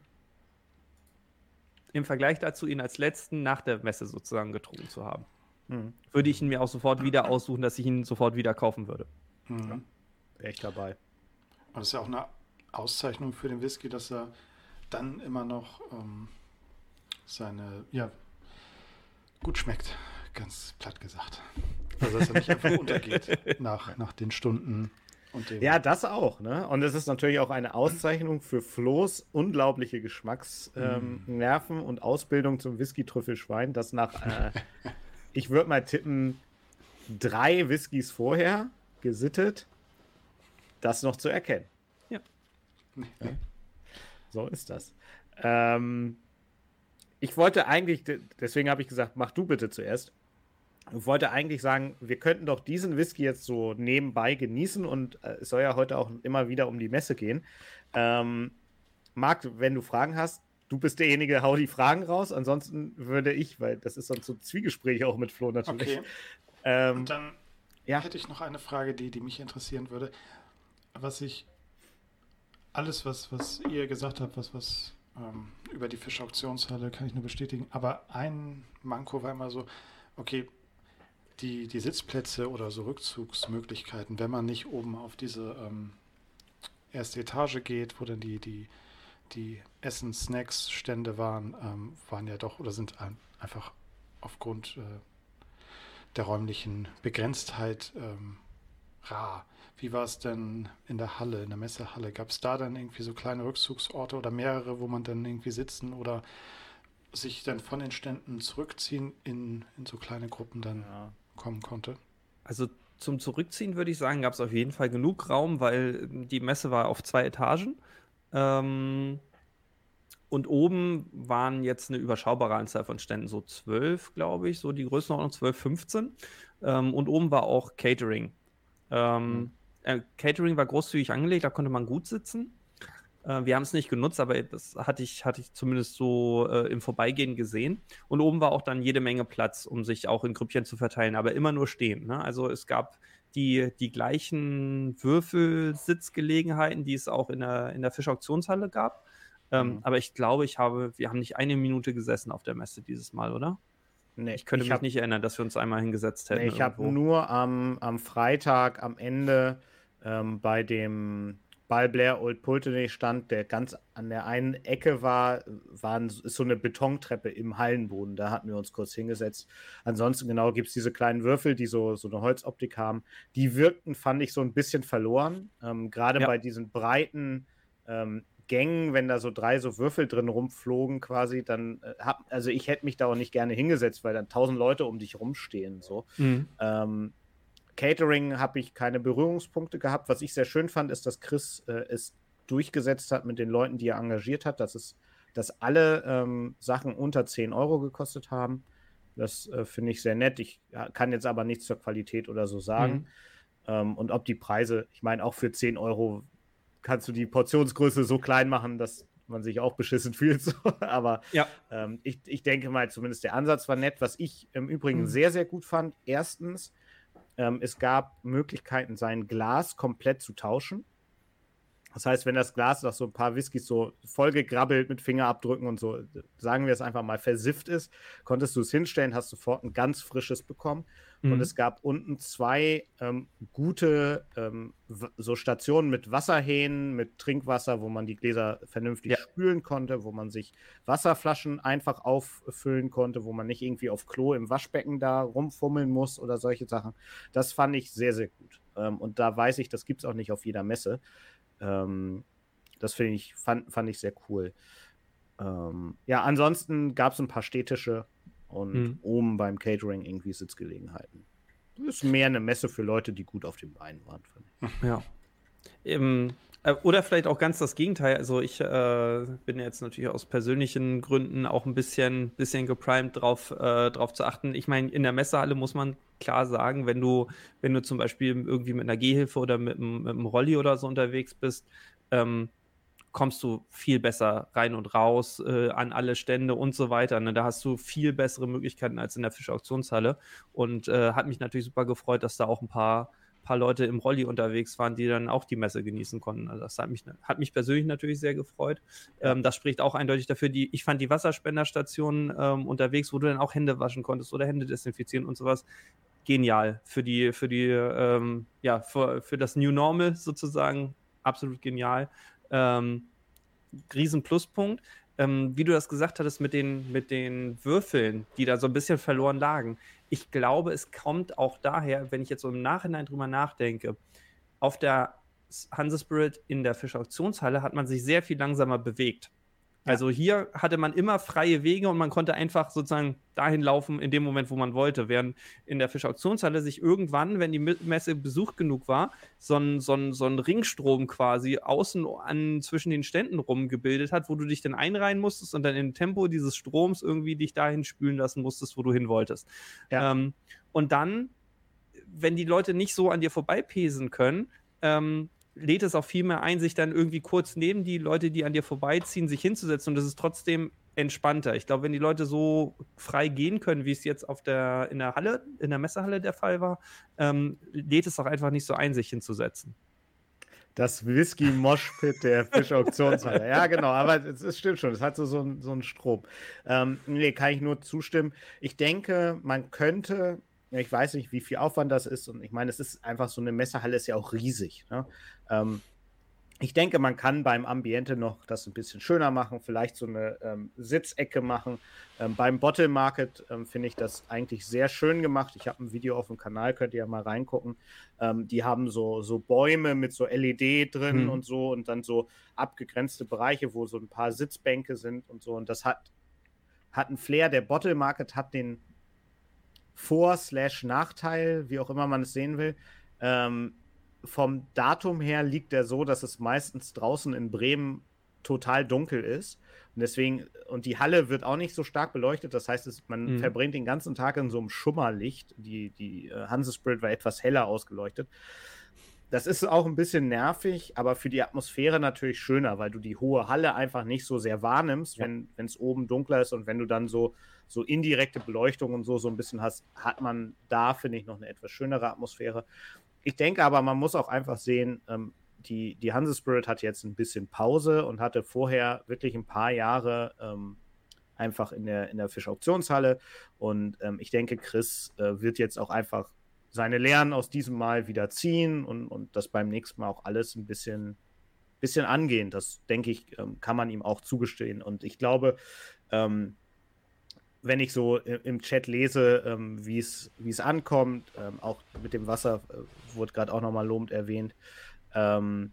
Im Vergleich dazu, ihn als letzten nach der Messe sozusagen getrunken zu haben. Hm. Würde ich ihn mir auch sofort wieder aussuchen, dass ich ihn sofort wieder kaufen würde. Mhm. Echt dabei. Und das ist ja auch eine Auszeichnung für den Whisky, dass er dann immer noch ähm, seine, ja, gut schmeckt, ganz platt gesagt. Also dass er nicht einfach untergeht nach, nach den Stunden und dem. Ja, das auch, ne? Und es ist natürlich auch eine Auszeichnung für Flo's unglaubliche Geschmacksnerven ähm, Nerven und Ausbildung zum Whisky-Trüffelschwein, das nach, äh, ich würde mal tippen, drei Whiskys vorher gesittet, das noch zu erkennen. Ja. Ja. So ist das. Ähm, ich wollte eigentlich, deswegen habe ich gesagt, mach du bitte zuerst. Ich wollte eigentlich sagen, wir könnten doch diesen Whisky jetzt so nebenbei genießen und äh, es soll ja heute auch immer wieder um die Messe gehen. Ähm, Marc, wenn du Fragen hast, du bist derjenige, hau die Fragen raus. Ansonsten würde ich, weil das ist sonst so ein Zwiegespräch auch mit Flo natürlich. Okay. Ähm, Und dann ja. hätte ich noch eine Frage, die, die mich interessieren würde. Was ich, alles, was, was ihr gesagt habt, was, was ähm, über die Fischauktionshalle, kann ich nur bestätigen. Aber ein Manko war immer so, okay, die, die Sitzplätze oder so Rückzugsmöglichkeiten, wenn man nicht oben auf diese ähm, erste Etage geht, wo dann die, die, die Essen-, Snacks, Stände waren, ähm, waren ja doch oder sind ein, einfach aufgrund äh, der räumlichen Begrenztheit ähm, rar. Wie war es denn in der Halle, in der Messehalle? Gab es da dann irgendwie so kleine Rückzugsorte oder mehrere, wo man dann irgendwie sitzen oder sich dann von den Ständen zurückziehen in, in so kleine Gruppen dann Ja. kommen konnte? Also zum Zurückziehen würde ich sagen, gab es auf jeden Fall genug Raum, weil die Messe war auf zwei Etagen. Ähm, und oben waren jetzt eine überschaubare Anzahl von Ständen, so zwölf, glaube ich, so die Größenordnung zwölf, fünfzehn. Ähm, und oben war auch Catering. Ähm, Mhm. äh, Catering war großzügig angelegt, da konnte man gut sitzen. Äh, wir haben es nicht genutzt, aber das hatte ich, hatte ich zumindest so äh, im Vorbeigehen gesehen. Und oben war auch dann jede Menge Platz, um sich auch in Grüppchen zu verteilen, aber immer nur stehen. Ne? Also es gab die, die gleichen Würfelsitzgelegenheiten, die es auch in der, in der Fischauktionshalle gab. Ähm, Mhm. Aber ich glaube, ich habe, wir haben nicht eine Minute gesessen auf der Messe dieses Mal, oder? Nee, Ich könnte mich hab- nicht erinnern, dass wir uns einmal hingesetzt hätten. Nee, ich habe irgendwo. nur am, am Freitag am Ende ähm, bei dem Ball Blair Old Pulteney stand, der ganz an der einen Ecke war, waren, ist so eine Betontreppe im Hallenboden. Da hatten wir uns kurz hingesetzt. Ansonsten genau gibt es diese kleinen Würfel, die so, so eine Holzoptik haben. Die wirkten, fand ich, so ein bisschen verloren. Ähm, Gerade Ja. bei diesen breiten ähm, Gängen, wenn da so drei so Würfel drin rumflogen quasi, dann äh, hab, also ich hätte mich da auch nicht gerne hingesetzt, weil dann tausend Leute um dich rumstehen. So. Mhm. Ähm, Catering habe ich keine Berührungspunkte gehabt. Was ich sehr schön fand, ist, dass Chris äh, es durchgesetzt hat mit den Leuten, die er engagiert hat, dass, es, dass alle ähm, Sachen unter zehn Euro gekostet haben. Das äh, finde ich sehr nett. Ich kann jetzt aber nichts zur Qualität oder so sagen. Mhm. Ähm, und ob die Preise, ich meine, auch für zehn Euro kannst du die Portionsgröße so klein machen, dass man sich auch beschissen fühlt. So. Aber ja. ähm, ich, ich denke mal, zumindest der Ansatz war nett. Was ich im Übrigen mhm. sehr, sehr gut fand, erstens, ähm, es gab Möglichkeiten, sein Glas komplett zu tauschen. Das heißt, wenn das Glas nach so ein paar Whiskys so vollgegrabbelt mit Fingerabdrücken und so, sagen wir es einfach mal, versifft ist, konntest du es hinstellen, hast sofort ein ganz frisches bekommen. Mhm. Und es gab unten zwei ähm, gute ähm, so Stationen mit Wasserhähnen, mit Trinkwasser, wo man die Gläser vernünftig ja. spülen konnte, wo man sich Wasserflaschen einfach auffüllen konnte, wo man nicht irgendwie auf Klo im Waschbecken da rumfummeln muss oder solche Sachen. Das fand ich sehr, sehr gut. Ähm, und da weiß ich, das gibt es auch nicht auf jeder Messe. Ähm, das finde ich, fand, fand ich sehr cool. Ähm, ja, ansonsten gab es ein paar Städtische und mhm. oben beim Catering irgendwie Sitzgelegenheiten. Das ist mehr eine Messe für Leute, die gut auf den Beinen waren, finde ich. Ja. Ähm, äh, oder vielleicht auch ganz das Gegenteil. Also ich äh, bin jetzt natürlich aus persönlichen Gründen auch ein bisschen, bisschen geprimed drauf, äh, drauf zu achten. Ich meine, in der Messehalle muss man klar sagen, wenn du, wenn du zum Beispiel irgendwie mit einer Gehhilfe oder mit einem, mit einem Rolli oder so unterwegs bist, ähm, kommst du viel besser rein und raus äh, an alle Stände und so weiter. Ne? Da hast du viel bessere Möglichkeiten als in der Fischauktionshalle und äh, hat mich natürlich super gefreut, dass da auch ein paar, paar Leute im Rolli unterwegs waren, die dann auch die Messe genießen konnten. Also das hat mich, hat mich persönlich natürlich sehr gefreut. Ja. Ähm, das spricht auch eindeutig dafür, die, ich fand die Wasserspenderstationen ähm, unterwegs, wo du dann auch Hände waschen konntest oder Hände desinfizieren und sowas, genial für die, für die, ähm, ja, für, für das New Normal sozusagen, absolut genial. Ähm, riesen Pluspunkt. Ähm, wie du das gesagt hattest mit den, mit den Würfeln, die da so ein bisschen verloren lagen. Ich glaube, es kommt auch daher, wenn ich jetzt so im Nachhinein drüber nachdenke, auf der Hansespirit in der Fischauktionshalle hat man sich sehr viel langsamer bewegt. Ja. Also hier hatte man immer freie Wege und man konnte einfach sozusagen dahin laufen in dem Moment, wo man wollte. Während in der Fischauktionshalle sich irgendwann, wenn die Messe besucht genug war, so ein, so ein, so ein Ringstrom quasi außen an zwischen den Ständen rumgebildet hat, wo du dich dann einreihen musstest und dann im Tempo dieses Stroms irgendwie dich dahin spülen lassen musstest, wo du hin wolltest. Ja. Ähm, und dann, wenn die Leute nicht so an dir vorbeipesen können, ähm, lädt es auch viel mehr ein, sich dann irgendwie kurz neben die Leute, die an dir vorbeiziehen, sich hinzusetzen und das ist trotzdem entspannter. Ich glaube, wenn die Leute so frei gehen können, wie es jetzt auf der, in der Halle, in der Messehalle der Fall war, ähm, lädt es auch einfach nicht so ein, sich hinzusetzen. Das Whisky-Moshpit der Fischauktionshalle. Ja, genau, aber es, es stimmt schon, es hat so, so, ein, so einen Strom. Ähm, nee, kann ich nur zustimmen. Ich denke, man könnte, ich weiß nicht, wie viel Aufwand das ist und ich meine, es ist einfach so eine Messehalle, ist ja auch riesig. Ne? Ähm, ich denke, man kann beim Ambiente noch das ein bisschen schöner machen, vielleicht so eine ähm, Sitzecke machen. Ähm, beim Bottle Market ähm, finde ich das eigentlich sehr schön gemacht. Ich habe ein Video auf dem Kanal, könnt ihr ja mal reingucken. Ähm, die haben so, so Bäume mit so L E D drin hm. und so und dann so abgegrenzte Bereiche, wo so ein paar Sitzbänke sind und so. Und das hat, hat einen Flair. Der Bottle Market hat den Vor-Slash-Nachteil, wie auch immer man es sehen will. Ähm, vom Datum her liegt der so, dass es meistens draußen in Bremen total dunkel ist. Und deswegen, und die Halle wird auch nicht so stark beleuchtet. Das heißt, es, man mhm. verbringt den ganzen Tag in so einem Schummerlicht. Die, die uh, Hansespirit war etwas heller ausgeleuchtet. Das ist auch ein bisschen nervig, aber für die Atmosphäre natürlich schöner, weil du die hohe Halle einfach nicht so sehr wahrnimmst, ja. wenn es oben dunkler ist und wenn du dann so, so indirekte Beleuchtung und so, so ein bisschen hast, hat man da, finde ich, noch eine etwas schönere Atmosphäre. Ich denke aber, man muss auch einfach sehen, ähm, die, die Hansespirit hat jetzt ein bisschen Pause und hatte vorher wirklich ein paar Jahre ähm, einfach in der, in der Fischauktionshalle und ähm, ich denke, Chris äh, wird jetzt auch einfach seine Lehren aus diesem Mal wieder ziehen und, und das beim nächsten Mal auch alles ein bisschen, bisschen angehen. Das, denke ich, ähm, kann man ihm auch zugestehen. Und ich glaube, ähm, wenn ich so im Chat lese, ähm, wie es ankommt, ähm, auch mit dem Wasser, äh, wurde gerade auch nochmal lobend erwähnt, ähm,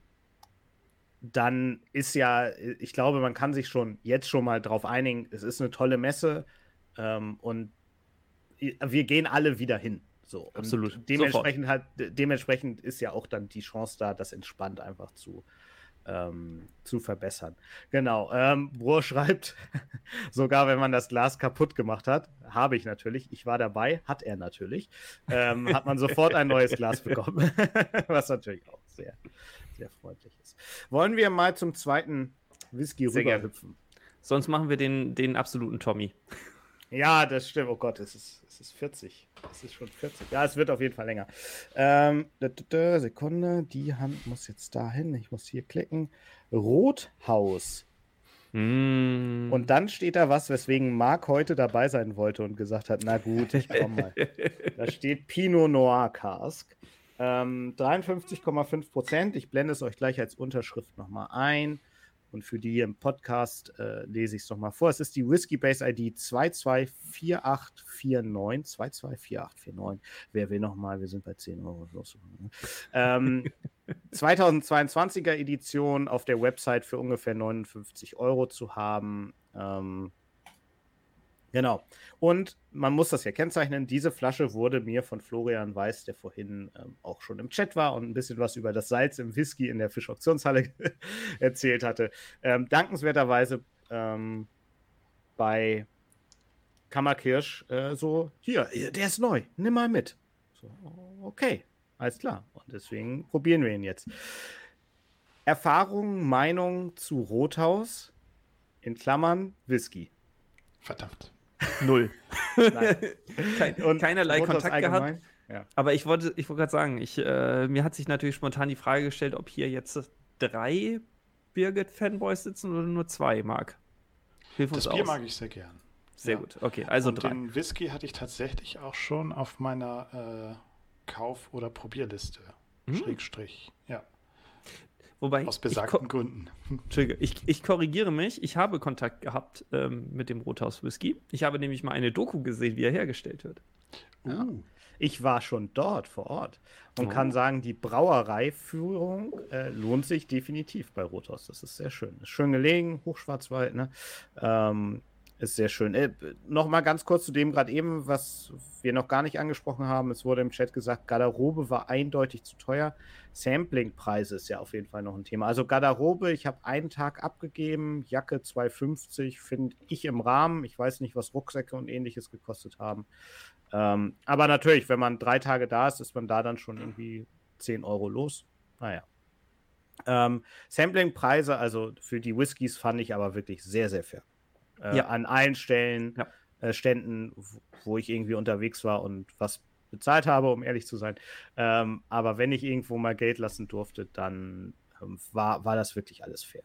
dann ist ja, ich glaube, man kann sich schon jetzt schon mal drauf einigen, es ist eine tolle Messe ähm, und wir gehen alle wieder hin. So, absolut. Dementsprechend, halt, dementsprechend ist ja auch dann die Chance da, das entspannt einfach zu, ähm, zu verbessern. Genau. Ähm, Brohr schreibt, sogar wenn man das Glas kaputt gemacht hat, habe ich natürlich, ich war dabei, hat er natürlich, ähm, hat man sofort ein neues Glas bekommen. Was natürlich auch sehr, sehr freundlich ist. Wollen wir mal zum zweiten Whisky Sehr rüberhüpfen? Sonst machen wir den, den absoluten Tommy. Ja, das stimmt. Oh Gott, es ist, es ist vierzig. Es ist schon vierzig. Ja, es wird auf jeden Fall länger. Ähm, da, da, da, Sekunde, die Hand muss jetzt dahin. Ich muss hier klicken. Rothaus. Mm. Und dann steht da was, weswegen Marc heute dabei sein wollte und gesagt hat, na gut, ich komm mal. Da steht Pinot Noir Cask. Ähm, dreiundfünfzig Komma fünf Prozent. Ich blende es euch gleich als Unterschrift nochmal ein. Und für die hier im Podcast äh, lese ich es nochmal vor. Es ist die Whisky Base I D zwei zwei vier acht vier neun. zwei zwei vier acht vier neun. Wer will nochmal? Wir sind bei zehn Euro. ähm, zweitausendzweiundzwanziger Edition auf der Website für ungefähr neunundfünfzig Euro zu haben. Ähm, Genau. Und man muss das ja kennzeichnen. Diese Flasche wurde mir von Florian Weiß, der vorhin ähm, auch schon im Chat war und ein bisschen was über das Salz im Whisky in der Fischauktionshalle erzählt hatte, ähm, dankenswerterweise ähm, bei Kammerkirsch äh, so, hier, der ist neu, nimm mal mit. So, okay, alles klar. Und deswegen probieren wir ihn jetzt. Erfahrung, Meinung zu Rothaus, in Klammern Whisky. Verdammt. Null. Kein, Und keinerlei Rothaus Kontakt allgemein? gehabt. Ja. Aber ich wollte, ich wollte gerade sagen, ich, äh, mir hat sich natürlich spontan die Frage gestellt, ob hier jetzt drei Birgit-Fanboys sitzen oder nur zwei, Marc. Hilf uns Das Bier aus. mag ich sehr gern. Sehr Ja. gut, okay, also Und drei. den Whisky hatte ich tatsächlich auch schon auf meiner äh, Kauf- oder Probierliste. Hm. Schrägstrich. Ja. Wobei, Aus ich, besagten ko- Gründen. Entschuldige, ich, ich korrigiere mich. Ich habe Kontakt gehabt ähm, mit dem Rothaus Whisky. Ich habe nämlich mal eine Doku gesehen, wie er hergestellt wird. Ja. Uh. Ich war schon dort vor Ort und Oh. kann sagen, die Brauereiführung äh, lohnt sich definitiv bei Rothaus. Das ist sehr schön. Ist schön gelegen, Hochschwarzwald, ne? Ähm, ist sehr schön. Äh, Nochmal ganz kurz zu dem gerade eben, was wir noch gar nicht angesprochen haben. Es wurde im Chat gesagt, Garderobe war eindeutig zu teuer. Samplingpreise ist ja auf jeden Fall noch ein Thema. Also Garderobe, ich habe einen Tag abgegeben, Jacke zwei fünfzig, finde ich im Rahmen. Ich weiß nicht, was Rucksäcke und ähnliches gekostet haben. Ähm, aber natürlich, wenn man drei Tage da ist, ist man da dann schon irgendwie zehn Euro los. Naja. Ähm, Samplingpreise, also für die Whiskys, fand ich aber wirklich sehr, sehr fair. Äh, Ja. An allen Stellen, Ja. äh, Ständen, w- wo ich irgendwie unterwegs war und was bezahlt habe, um ehrlich zu sein. Ähm, aber wenn ich irgendwo mal Geld lassen durfte, dann ähm, war, war das wirklich alles fair.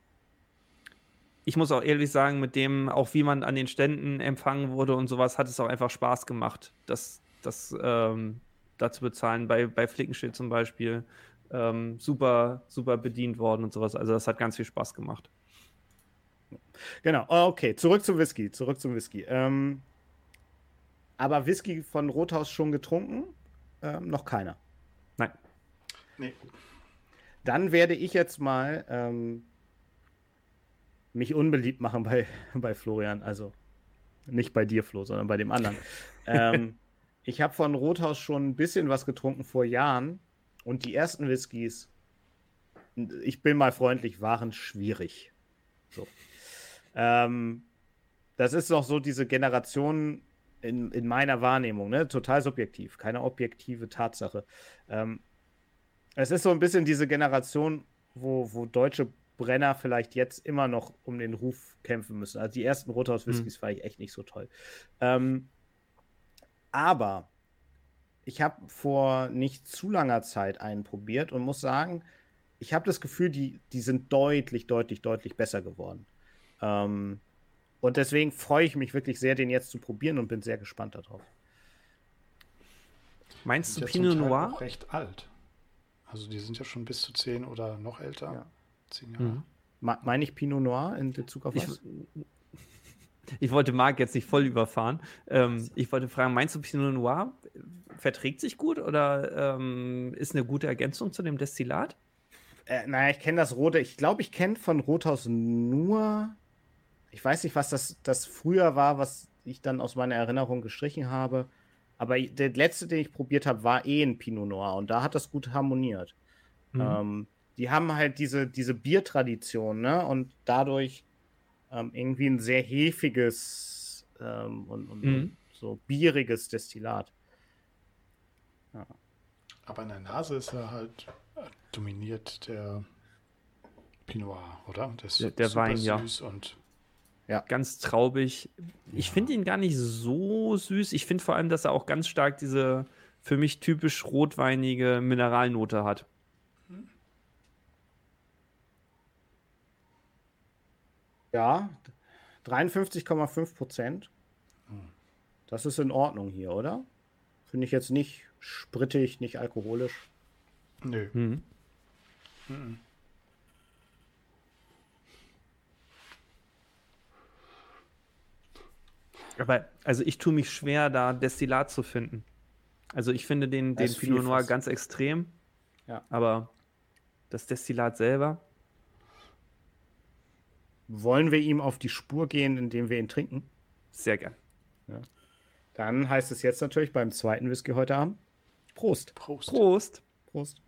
Ich muss auch ehrlich sagen, mit dem, auch wie man an den Ständen empfangen wurde und sowas, hat es auch einfach Spaß gemacht, das, das ähm, da zu bezahlen. Bei, bei Flickenschild zum Beispiel ähm, super, super bedient worden und sowas. Also das hat ganz viel Spaß gemacht. Genau, okay, zurück zum Whisky, zurück zum Whisky. Ähm, aber Whisky von Rothaus schon getrunken? Ähm, noch keiner. Nein. Nee. Dann werde ich jetzt mal ähm, mich unbeliebt machen bei, bei Florian. Also nicht bei dir, Flo, sondern bei dem anderen. ähm, ich habe von Rothaus schon ein bisschen was getrunken vor Jahren. Und die ersten Whiskys, ich bin mal freundlich, waren schwierig. So. Ähm, das ist noch so diese Generation in, in meiner Wahrnehmung, ne? Total subjektiv, keine objektive Tatsache. Ähm, es ist so ein bisschen diese Generation, wo, wo deutsche Brenner vielleicht jetzt immer noch um den Ruf kämpfen müssen. Also die ersten Rothaus-Whiskys mhm. fand ich echt nicht so toll. Ähm, aber ich habe vor nicht zu langer Zeit einen probiert und muss sagen, ich habe das Gefühl, die, die sind deutlich, deutlich, deutlich besser geworden. Ähm, und deswegen freue ich mich wirklich sehr, den jetzt zu probieren und bin sehr gespannt darauf. Meinst du ja Pinot Noir? Auch recht alt. Also die sind ja schon bis zu zehn oder noch älter. Ja. Zehn Jahre. Mhm. Me- Meine ich Pinot Noir in Bezug auf was? Ich, ich wollte Marc jetzt nicht voll überfahren. Ähm, ich wollte fragen, meinst du Pinot Noir verträgt sich gut oder ähm, ist eine gute Ergänzung zu dem Destillat? Äh, naja, ich kenne das Rote. Ich glaube, ich kenne von Rothaus nur. Ich weiß nicht, was das, das früher war, was ich dann aus meiner Erinnerung gestrichen habe. Aber der letzte, den ich probiert habe, war eh ein Pinot Noir. Und da hat das gut harmoniert. Mhm. Ähm, die haben halt diese, diese Biertradition, ne? Und dadurch ähm, irgendwie ein sehr hefiges ähm, und, und, Mhm. und so bieriges Destillat. Ja. Aber in der Nase ist er halt äh, dominiert der Pinot Noir, oder? Der, ist Der- der super Wein, ja. süß und Ganz traubig. Ich Ja. finde ihn gar nicht so süß. Ich finde vor allem, dass er auch ganz stark diese für mich typisch rotweinige Mineralnote hat. Ja, dreiundfünfzig Komma fünf Prozent. Das ist in Ordnung hier, oder? Finde ich jetzt nicht sprittig, nicht alkoholisch. nö. Mhm. Mhm. Aber also ich tue mich schwer, da Destillat zu finden. Also ich finde den, Das den ist Pinot viel Noir fast. ganz extrem. Ja. Aber das Destillat selber, Wollen wir ihm auf die Spur gehen, indem wir ihn trinken? sehr gern. Dann heißt es jetzt natürlich beim zweiten Whisky heute Abend: Prost. Prost. Prost! Prost.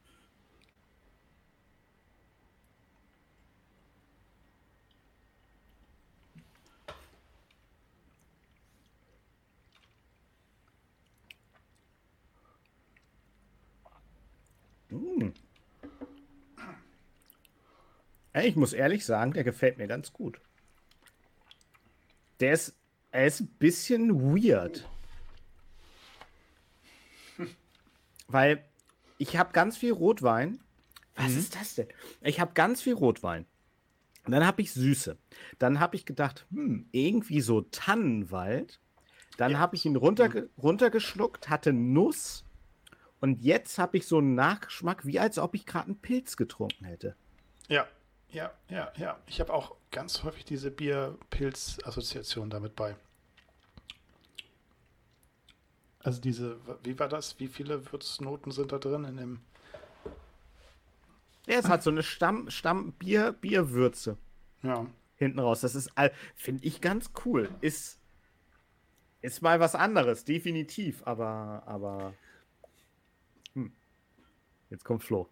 Mm. Ey, ich muss ehrlich sagen, der gefällt mir ganz gut. Der ist, er ist ein bisschen weird. Weil ich habe ganz viel Rotwein. Was ist das denn? Ich habe ganz viel Rotwein. Und dann habe ich Süße. Dann habe ich gedacht, hm, irgendwie so Tannenwald. Dann habe ich ihn runterge runtergeschluckt, hatte Nuss. Und jetzt habe ich so einen Nachgeschmack, wie als ob ich gerade einen Pilz getrunken hätte. Ja, ja, ja, ja. Ich habe auch ganz häufig diese Bier-Pilz-Assoziation damit bei. Also diese, wie war das? Wie viele Würznoten sind da drin in dem? Ja, es hat so eine Stamm, Stamm Bier, Bierwürze Ja. hinten raus. Das ist, finde ich, ganz cool. Ist, ist mal was anderes, definitiv. Aber, aber, hm. Jetzt kommt Flo.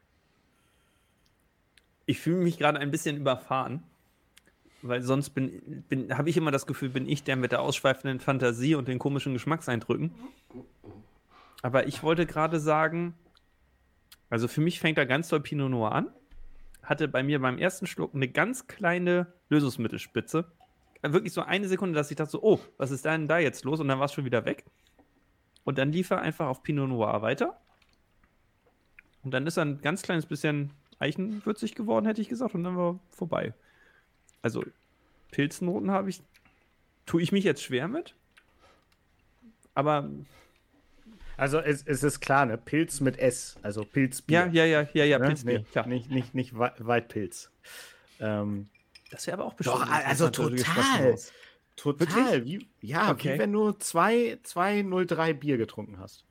Ich fühle mich gerade ein bisschen überfahren, weil sonst bin, bin habe ich immer das Gefühl, bin ich der mit der ausschweifenden Fantasie und den komischen Geschmackseindrücken. Aber ich wollte gerade sagen, also für mich fängt da ganz doll Pinot Noir an, hatte bei mir beim ersten Schluck eine ganz kleine Lösungsmittelspitze. Wirklich so eine Sekunde, dass ich dachte so, oh, was ist denn da jetzt los? Und dann war es schon wieder weg. Und dann lief er einfach auf Pinot Noir weiter. Und dann ist er ein ganz kleines bisschen eichenwürzig geworden, hätte ich gesagt, und dann war vorbei. Also Pilznoten habe ich, tue ich mich jetzt schwer mit. Aber Also es, es ist klar, ne? Pilz mit S, also Pilzbier. ja, ja, ja, ja, ja, ne? Pilzbier, Nee, klar. nicht, nicht, nicht Wei- Weitpilz. Ähm, Das wäre aber auch bestimmt Doch, ein also interessanter total. Geschmacksnuance. total. Wie, ja, Okay. wie wenn du zwei, zwei null drei Bier getrunken hast.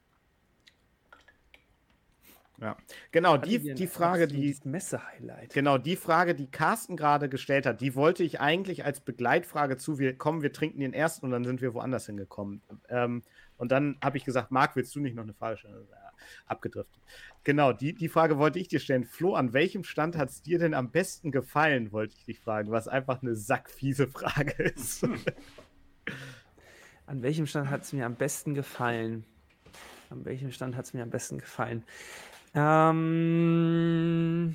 Ja, genau, Hatten wir die, ein die Frage, die, absolutes Messe-Highlight. genau, die Frage, die Carsten gerade gestellt hat, die wollte ich eigentlich als Begleitfrage zu, wir kommen, wir trinken den ersten und dann sind wir woanders hingekommen. Ähm, und dann habe ich gesagt, Marc, willst du nicht noch eine Frage stellen? Ja, abgedriftet. Genau, die, die Frage wollte ich dir stellen. Flo, an welchem Stand hat es dir denn am besten gefallen, wollte ich dich fragen, was einfach eine sackfiese Frage ist. An welchem Stand hat es mir am besten gefallen? An welchem Stand hat es mir am besten gefallen? Ähm,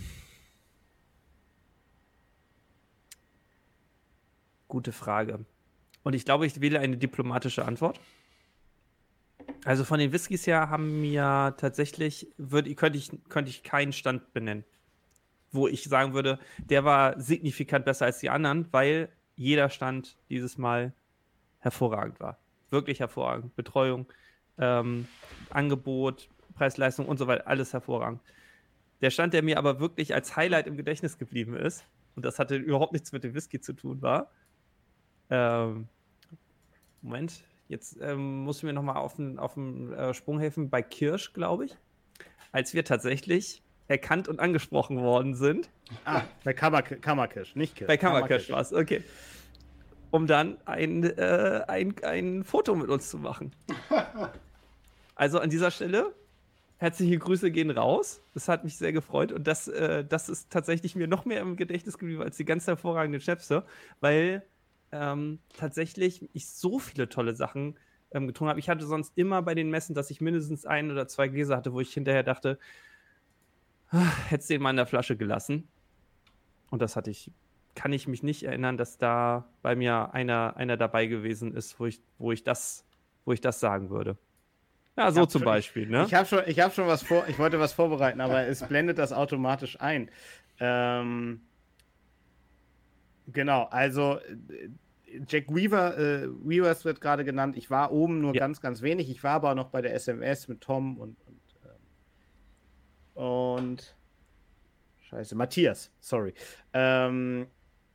gute Frage. Und ich glaube, ich wähle eine diplomatische Antwort. Also von den Whiskys her haben mir tatsächlich, würd, könnte, ich, könnte ich keinen Stand benennen, wo ich sagen würde, der war signifikant besser als die anderen, weil jeder Stand dieses Mal hervorragend war. Wirklich hervorragend. Betreuung, ähm, Angebot, Preis-Leistung und so weiter, alles hervorragend. Der Stand, der mir aber wirklich als Highlight im Gedächtnis geblieben ist, und das hatte überhaupt nichts mit dem Whisky zu tun, war, ähm, Moment, jetzt ähm, muss ich mir nochmal auf den, auf den äh, Sprung helfen, bei Kirsch, glaube ich, als wir tatsächlich erkannt und angesprochen worden sind. Ah, bei Kammer, Kammerkirsch, nicht Kirsch. Bei Kammerkirsch war es, okay. Um dann ein, äh, ein, ein Foto mit uns zu machen. Also an dieser Stelle herzliche Grüße gehen raus. Das hat mich sehr gefreut. Und das, äh, das ist tatsächlich mir noch mehr im Gedächtnis geblieben als die ganz hervorragenden Schnäpse, weil ähm, tatsächlich ich so viele tolle Sachen ähm, getrunken habe. Ich hatte sonst immer bei den Messen, dass ich mindestens ein oder zwei Gläser hatte, wo ich hinterher dachte, hättest du den mal in der Flasche gelassen. Und das hatte ich, kann ich mich nicht erinnern, dass da bei mir einer, einer dabei gewesen ist, wo ich, wo ich das, wo ich das sagen würde. Ja, so zum schon, Beispiel, ne? Ich habe schon, ich hab schon was vor, ich wollte was vorbereiten, aber es blendet das automatisch ein. Ähm, genau, also Jack Weaver, äh, Weavers wird gerade genannt. Ich war oben nur ja. ganz, ganz wenig. Ich war aber auch noch bei der S M S mit Tom und und, ähm, und Scheiße, Matthias, sorry. Ähm,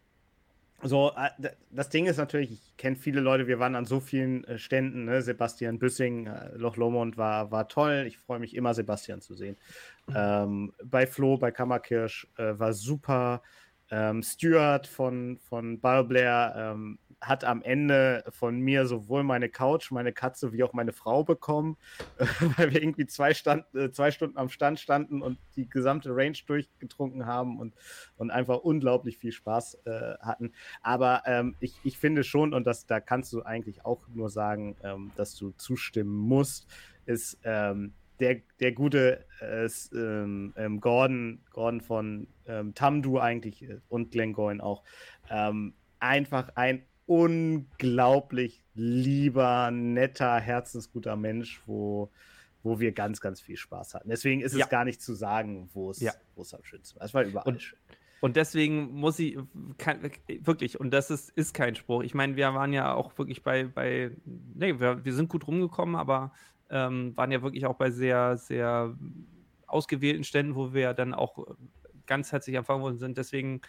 so, äh, das Ding ist natürlich, ich kenne viele Leute, wir waren an so vielen äh, Ständen, ne? Sebastian Büssing, äh, Loch Lomond war, war toll. Ich freue mich immer, Sebastian zu sehen. Mhm. Ähm, bei Flo, bei Kammerkirsch äh, war super. Ähm, Stuart von, von BioBlair ähm, hat am Ende von mir sowohl meine Couch, meine Katze wie auch meine Frau bekommen, äh, weil wir irgendwie zwei, Stand, äh, zwei Stunden am Stand standen und die gesamte Range durchgetrunken haben und, und einfach unglaublich viel Spaß äh, hatten. Aber ähm, ich, ich finde schon, und das, da kannst du eigentlich auch nur sagen, ähm, dass du zustimmen musst, ist ähm, Der, der gute äh, ähm, ähm, Gordon, Gordon von ähm, Tamdu eigentlich äh, und Glengoyne auch, ähm, einfach ein unglaublich lieber, netter, herzensguter Mensch, wo, wo wir ganz, ganz viel Spaß hatten. Deswegen ist ja. es gar nicht zu sagen, wo es ja. am schönsten war. Es war überall und, schön. Und deswegen muss ich, kann, wirklich, und das ist, ist kein Spruch. Ich meine, wir waren ja auch wirklich bei, bei nee, wir, wir sind gut rumgekommen, aber Ähm, waren ja wirklich auch bei sehr, sehr ausgewählten Ständen, wo wir dann auch ganz herzlich empfangen worden sind. Deswegen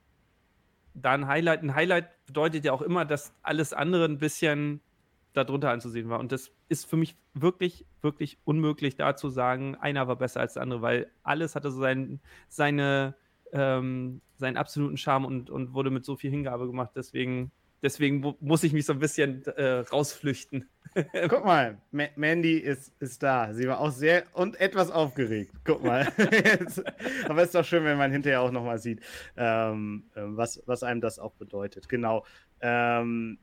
da ein Highlight. Ein Highlight bedeutet ja auch immer, dass alles andere ein bisschen darunter anzusehen war. Und das ist für mich wirklich, wirklich unmöglich, da zu sagen, einer war besser als der andere, weil alles hatte so sein, seine, ähm, seinen absoluten Charme und, und wurde mit so viel Hingabe gemacht. Deswegen Deswegen muss ich mich so ein bisschen äh, rausflüchten. Guck mal, Ma- Mandy ist, ist da. Sie war auch sehr und etwas aufgeregt. Guck mal. Jetzt, aber es ist doch schön, wenn man hinterher auch nochmal sieht, ähm, was, was einem das auch bedeutet. Genau. Ähm,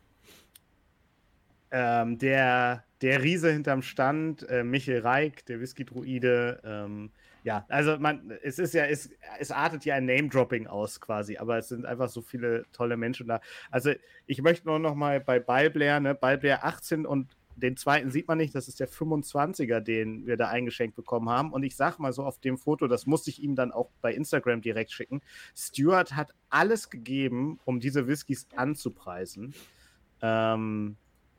ähm, der, der Riese hinterm Stand, äh, Michael Reik, der Whisky-Druide, ähm, ja, also man, es ist ja, es, es artet ja ein Name-Dropping aus quasi, aber es sind einfach so viele tolle Menschen da. Also ich möchte nur noch mal bei BioBlair, ne, BioBlair achtzehn und den zweiten sieht man nicht, das ist der fünfundzwanziger, den wir da eingeschenkt bekommen haben. Und ich sag mal so auf dem Foto, das musste ich ihm dann auch bei Instagram direkt schicken, Stuart hat alles gegeben, um diese Whiskys anzupreisen. Ähm,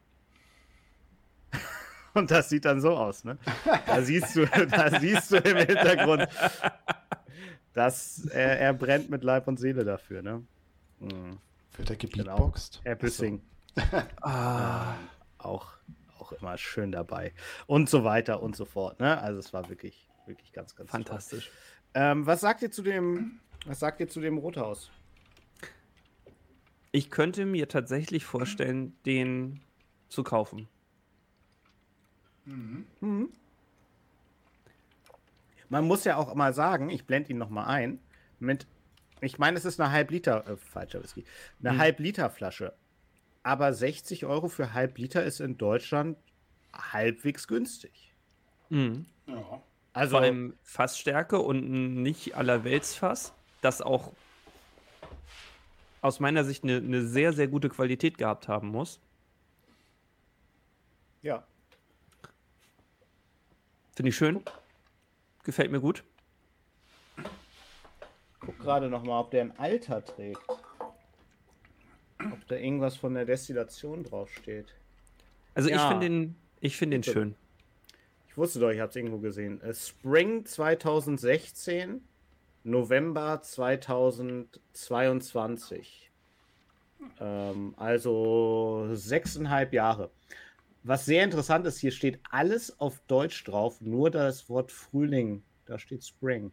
Und das sieht dann so aus, ne? Da siehst du, da siehst du im Hintergrund, dass er, er brennt mit Leib und Seele dafür, ne? Mhm. Wird er gebeatboxt? Herr Büssing. So. ah, auch, auch immer schön dabei. Und so weiter und so fort, ne? Also es war wirklich, wirklich ganz, ganz fantastisch. Ähm, was sagt ihr zu dem, was sagt ihr zu dem Rothaus? Ich könnte mir tatsächlich vorstellen, den zu kaufen. Mhm. Mhm. Man muss ja auch mal sagen, ich blende ihn noch mal ein, mit, ich meine, es ist eine Halb-Liter, äh, falscher Whisky, eine mhm. Halb-Liter-Flasche, aber sechzig Euro für Halb-Liter ist in Deutschland halbwegs günstig. Mhm. Ja. Also, vor allem Fassstärke und ein nicht allerweltsfass, das auch aus meiner Sicht eine, eine sehr, sehr gute Qualität gehabt haben muss. Ja. Finde ich schön. Gefällt mir gut. Guck gerade noch mal, ob der ein Alter trägt. Ob da irgendwas von der Destillation draufsteht. Also ja. ich finde den, ich find den schön. Ich wusste doch, ich habe es irgendwo gesehen. Spring zwanzig sechzehn, November zweitausendzweiundzwanzig. Ähm, also sechseinhalb Jahre. Was sehr interessant ist, hier steht alles auf Deutsch drauf, nur das Wort Frühling. Da steht Spring.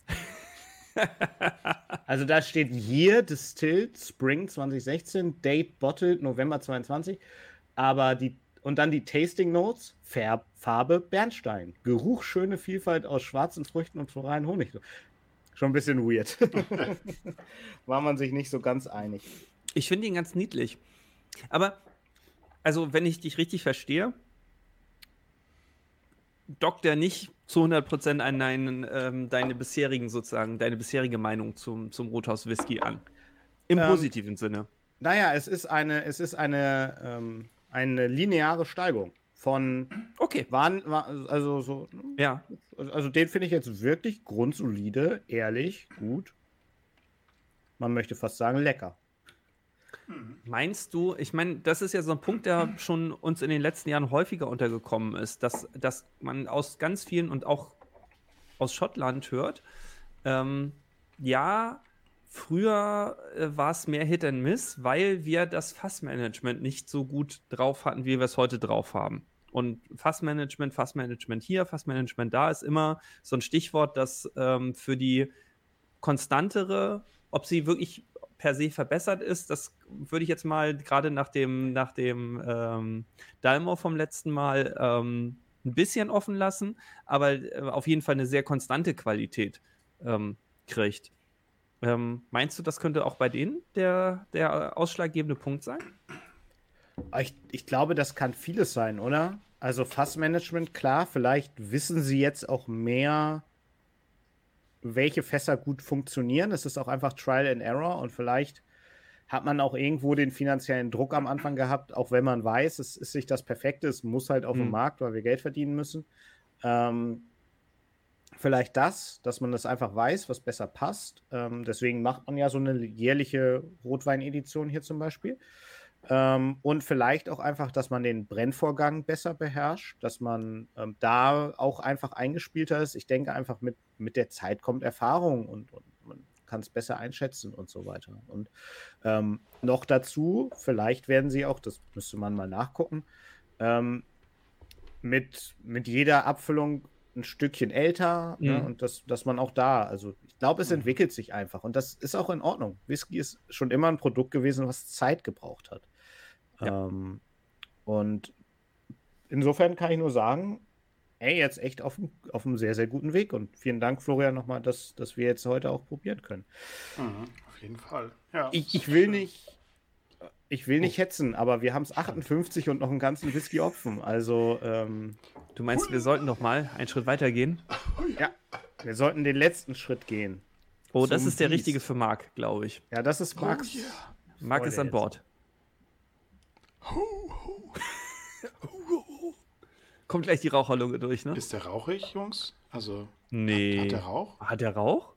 Also da steht Year Distilled Spring zwanzig sechzehn, Date Bottled November zweiundzwanzig, aber die und dann die Tasting Notes, Färb, Farbe Bernstein. Geruch, schöne Vielfalt aus schwarzen Früchten und floralen Honig. Schon ein bisschen weird. War man sich nicht so ganz einig. Ich finde ihn ganz niedlich. Aber, also, wenn ich dich richtig verstehe, dockt er nicht zu hundert Prozent an deinen, ähm, deine bisherigen, sozusagen, deine bisherige Meinung zum, zum Rothaus Whisky an. Im Ähm, positiven Sinne. Naja, es ist eine, es ist eine, ähm, eine lineare Steigerung von Okay. waren, war, also so, Ja. also den finde ich jetzt wirklich grundsolide, ehrlich, gut. Man möchte fast sagen, lecker. Meinst du, ich meine, das ist ja so ein Punkt, der schon uns in den letzten Jahren häufiger untergekommen ist, dass, dass man aus ganz vielen und auch aus Schottland hört, ähm, ja, früher äh, war es mehr Hit and Miss, weil wir das Fassmanagement nicht so gut drauf hatten, wie wir es heute drauf haben. Und Fassmanagement, Fassmanagement hier, Fassmanagement da ist immer so ein Stichwort, das ähm, für die konstantere, ob sie wirklich per se verbessert ist, das würde ich jetzt mal gerade nach dem, nach dem ähm, Dalmor vom letzten Mal ähm, ein bisschen offen lassen, aber äh, auf jeden Fall eine sehr konstante Qualität ähm, kriegt. Ähm, meinst du, das könnte auch bei denen der, der ausschlaggebende Punkt sein? Ich, ich glaube, das kann vieles sein, oder? Also Fassmanagement, klar, vielleicht wissen sie jetzt auch mehr, welche Fässer gut funktionieren. Es ist auch einfach Trial and Error und vielleicht hat man auch irgendwo den finanziellen Druck am Anfang gehabt, auch wenn man weiß, es ist nicht das Perfekte, es muss halt auf Mhm. dem Markt, weil wir Geld verdienen müssen. Ähm, vielleicht das, dass man das einfach weiß, was besser passt. Ähm, deswegen macht man ja so eine jährliche Rotwein-Edition hier zum Beispiel. Ähm, und vielleicht auch einfach, dass man den Brennvorgang besser beherrscht, dass man ähm, da auch einfach eingespielter ist. Ich denke einfach, mit, mit der Zeit kommt Erfahrung und, und man kann es besser einschätzen und so weiter. Und ähm, noch dazu, vielleicht werden sie auch, das müsste man mal nachgucken, ähm, mit, mit jeder Abfüllung ein Stückchen älter, Mhm. ne, und das, dass man auch da, also ich glaube, es entwickelt sich einfach und das ist auch in Ordnung. Whisky ist schon immer ein Produkt gewesen, was Zeit gebraucht hat. Ja. Ähm, und insofern kann ich nur sagen, ey, jetzt echt auf, einem- auf einem sehr, sehr guten Weg und vielen Dank, Florian, nochmal, dass, dass wir jetzt heute auch probieren können. Mhm, auf jeden Fall. Ja, Ich, ist ich will schön. nicht, ich will nicht hetzen, aber wir haben es achtundfünfzig und noch einen ganzen Whisky offen. Also, ähm, Du meinst, wir sollten doch mal einen Schritt weiter gehen? ja, wir sollten den letzten Schritt gehen. Oh, das Zum ist der Biest. richtige für Marc, glaube ich. Ja, das ist Max. Oh, yeah. Marc ist an jetzt. Bord. Kommt gleich die Raucherlunge durch, ne? Ist der rauchig, Jungs? Also, Nee. hat der Rauch? Hat der Rauch?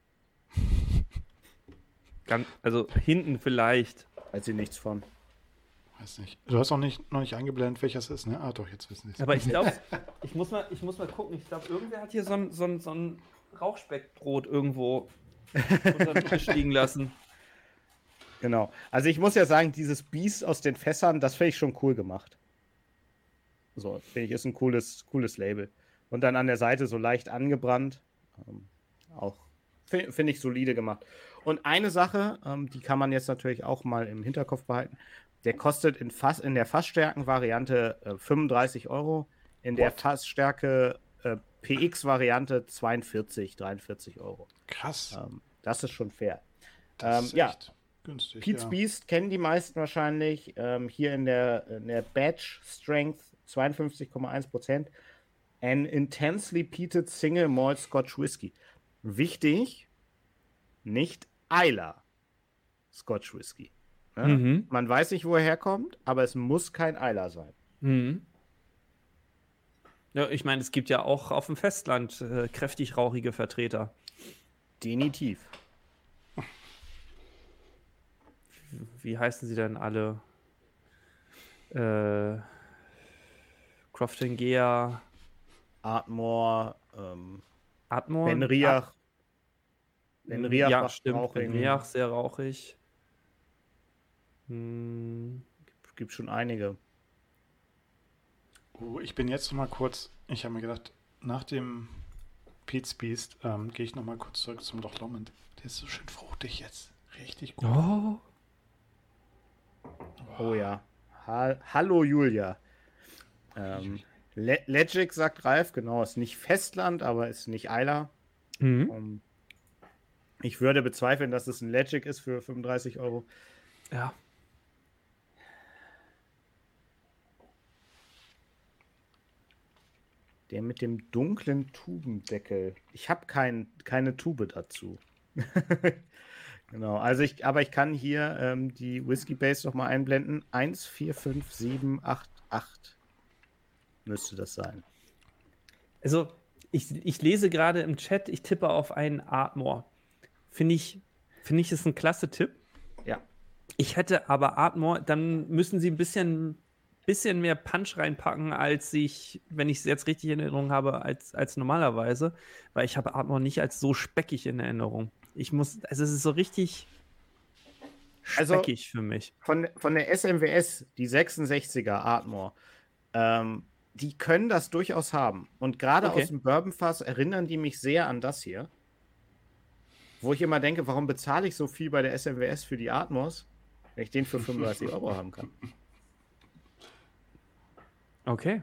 Ganz, also hinten vielleicht. Weiß ich nichts von. Weiß nicht. Du hast auch nicht, noch nicht eingeblendet, welcher es ist, ne? Ah, doch, jetzt wissen sie es. Aber ich glaube, ich muss mal, ich muss mal gucken. Ich glaube, irgendwer hat hier so ein, so ein, so ein Rauchspeckbrot irgendwo unter dem Tisch liegen lassen. Genau. Also ich muss ja sagen, dieses Biest aus den Fässern, das finde ich schon cool gemacht. So, finde ich, ist ein cooles, cooles Label. Und dann an der Seite so leicht angebrannt. Ähm, auch finde find ich solide gemacht. Und eine Sache, ähm, die kann man jetzt natürlich auch mal im Hinterkopf behalten. Der kostet in, Fass, in der Fassstärken-Variante äh, fünfunddreißig Euro, in der Fassstärke äh, P X-Variante zweiundvierzig, dreiundvierzig Euro. Krass. Ähm, das ist schon fair. Das ähm, ist ja. echt günstig. Pete's ja. Beast kennen die meisten wahrscheinlich. Ähm, hier in der, in der Batch Strength zweiundfünfzig Komma eins Prozent. An intensely peated single malt Scotch Whisky. Wichtig, nicht Islay Scotch Whisky. Ja? Mhm. Man weiß nicht, wo er herkommt, aber es muss kein Islay sein. Mhm. Ja, ich meine, es gibt ja auch auf dem Festland äh, kräftig rauchige Vertreter. Definitiv. Wie heißen sie denn alle? Äh, Crofton Gea, Ardmore, ähm, Atmore. Ben Riach. Ben Riach ja, macht stimmt. Rauching. Ben Riach, sehr rauchig. Hm. Gibt schon einige. Oh, ich bin jetzt noch mal kurz, ich habe mir gedacht, nach dem Pete's Beast ähm, gehe ich noch mal kurz zurück zum Loch Lomond. Der ist so schön fruchtig jetzt. Richtig gut. Oh. Oh ja. Ha Hallo Julia. Ähm, Le Legic, sagt Ralf, genau, ist nicht Festland, aber ist nicht Eiler. Mhm. Um, ich würde bezweifeln, dass es ein Legic ist für fünfunddreißig Euro. Ja. Der mit dem dunklen Tubendeckel. Ich habe kein, keine Tube dazu. Genau, also ich, aber ich kann hier ähm, die Whiskey Base noch mal einblenden. eins vier fünf sieben acht acht müsste das sein. Also, ich, ich lese gerade im Chat, ich tippe auf einen Ardmore. Finde ich, finde ich, ist ein klasse Tipp. Ja. Ich hätte aber Ardmore, dann müssen sie ein bisschen, bisschen mehr Punch reinpacken, als ich, wenn ich es jetzt richtig in Erinnerung habe, als, als normalerweise. Weil ich habe Ardmore nicht als so speckig in Erinnerung. Ich muss, also es ist so richtig speckig also, für mich. Von, von der S M W S, die sechsundsechziger Ardmore, ähm, die können das durchaus haben. Und gerade Okay. aus dem Bourbonfass erinnern die mich sehr an das hier. Wo ich immer denke, warum bezahle ich so viel bei der S M W S für die Ardmores, wenn ich den für fünfunddreißig Euro haben kann? Okay.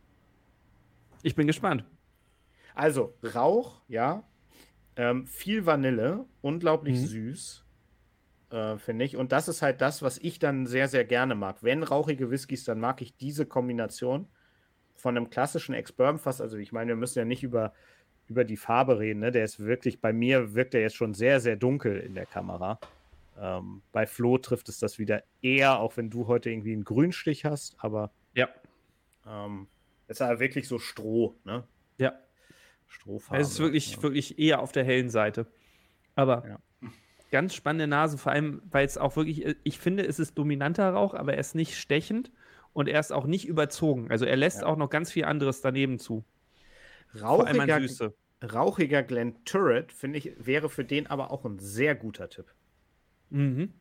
Ich bin gespannt. Also, Rauch, ja. Ähm, viel Vanille, unglaublich Mhm. süß, äh, finde ich. Und das ist halt das, was ich dann sehr, sehr gerne mag. Wenn rauchige Whiskys, dann mag ich diese Kombination von einem klassischen Ex-Bourbon-Fass. Also ich meine, wir müssen ja nicht über, über die Farbe reden. Ne? Der ist wirklich, bei mir wirkt er jetzt schon sehr, sehr dunkel in der Kamera. Ähm, bei Flo trifft es das wieder eher, auch wenn du heute irgendwie einen Grünstich hast. Aber Ja. ähm, ist ja wirklich so Stroh, ne? Ja. Strohfarben. Es ist wirklich, ja. wirklich eher auf der hellen Seite. Aber Ja. ganz spannende Nase, vor allem, weil es auch wirklich, ich finde, es ist dominanter Rauch, aber er ist nicht stechend und er ist auch nicht überzogen. Also er lässt Ja. auch noch ganz viel anderes daneben zu. Vor allem an Rauchiger, Süße. rauchiger Glen Turret, finde ich, wäre für den aber auch ein sehr guter Tipp. Mhm.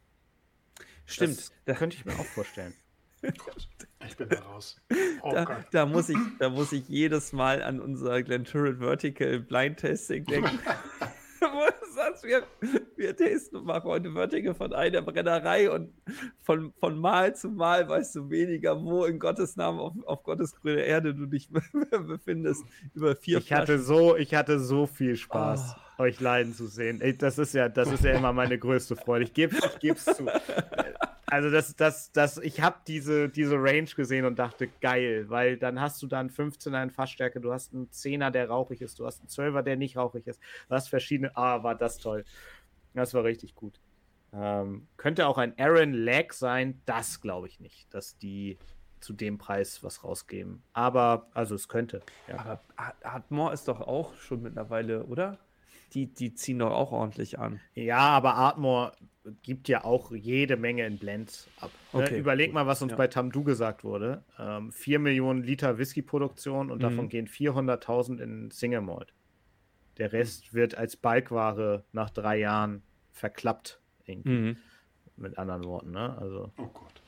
Stimmt. Das Da, könnte ich mir auch vorstellen. Ich bin da raus. Oh da, Gott. da, muss ich, da muss ich jedes Mal an unser Glen Turret Vertical Blind Tasting denken. Wo du sagst, wir, wir tasten und machen heute Vertical von einer Brennerei und von, von Mal zu Mal weißt du weniger, wo in Gottes Namen auf, auf Gottes grüne Erde du dich befindest. Über vier Ich hatte, Flaschen. so, ich hatte so viel Spaß, Oh. euch leiden zu sehen. Ey, das ist ja, das ist ja immer meine größte Freude. Ich gebe ich geb's zu. Also das, das, das, ich habe diese, diese Range gesehen und dachte, geil, weil dann hast du da einen fünfzehner in Fassstärke, du hast einen zehner, der rauchig ist, du hast einen zwölfer, der nicht rauchig ist, du hast verschiedene, ah, war das toll. Das war richtig gut. Ähm, könnte auch ein Aaron Lag sein, das glaube ich nicht, dass die zu dem Preis was rausgeben. Aber, also es könnte. Ja. Aber Ard- Ardmore ist doch auch schon mittlerweile, oder? Die, die ziehen doch auch ordentlich an. Ja, aber Ardmore gibt ja auch jede Menge in Blends ab. Ne? Okay, Überleg gut. mal, was uns Ja. bei Tamdu gesagt wurde. Ähm, vier Millionen Liter Whisky-Produktion und Mhm. davon gehen vierhunderttausend in Single Malt. Der Rest wird als Balkware nach drei Jahren verklappt. Irgendwie. Mhm. Mit anderen Worten, ne? Also, Oh Gott.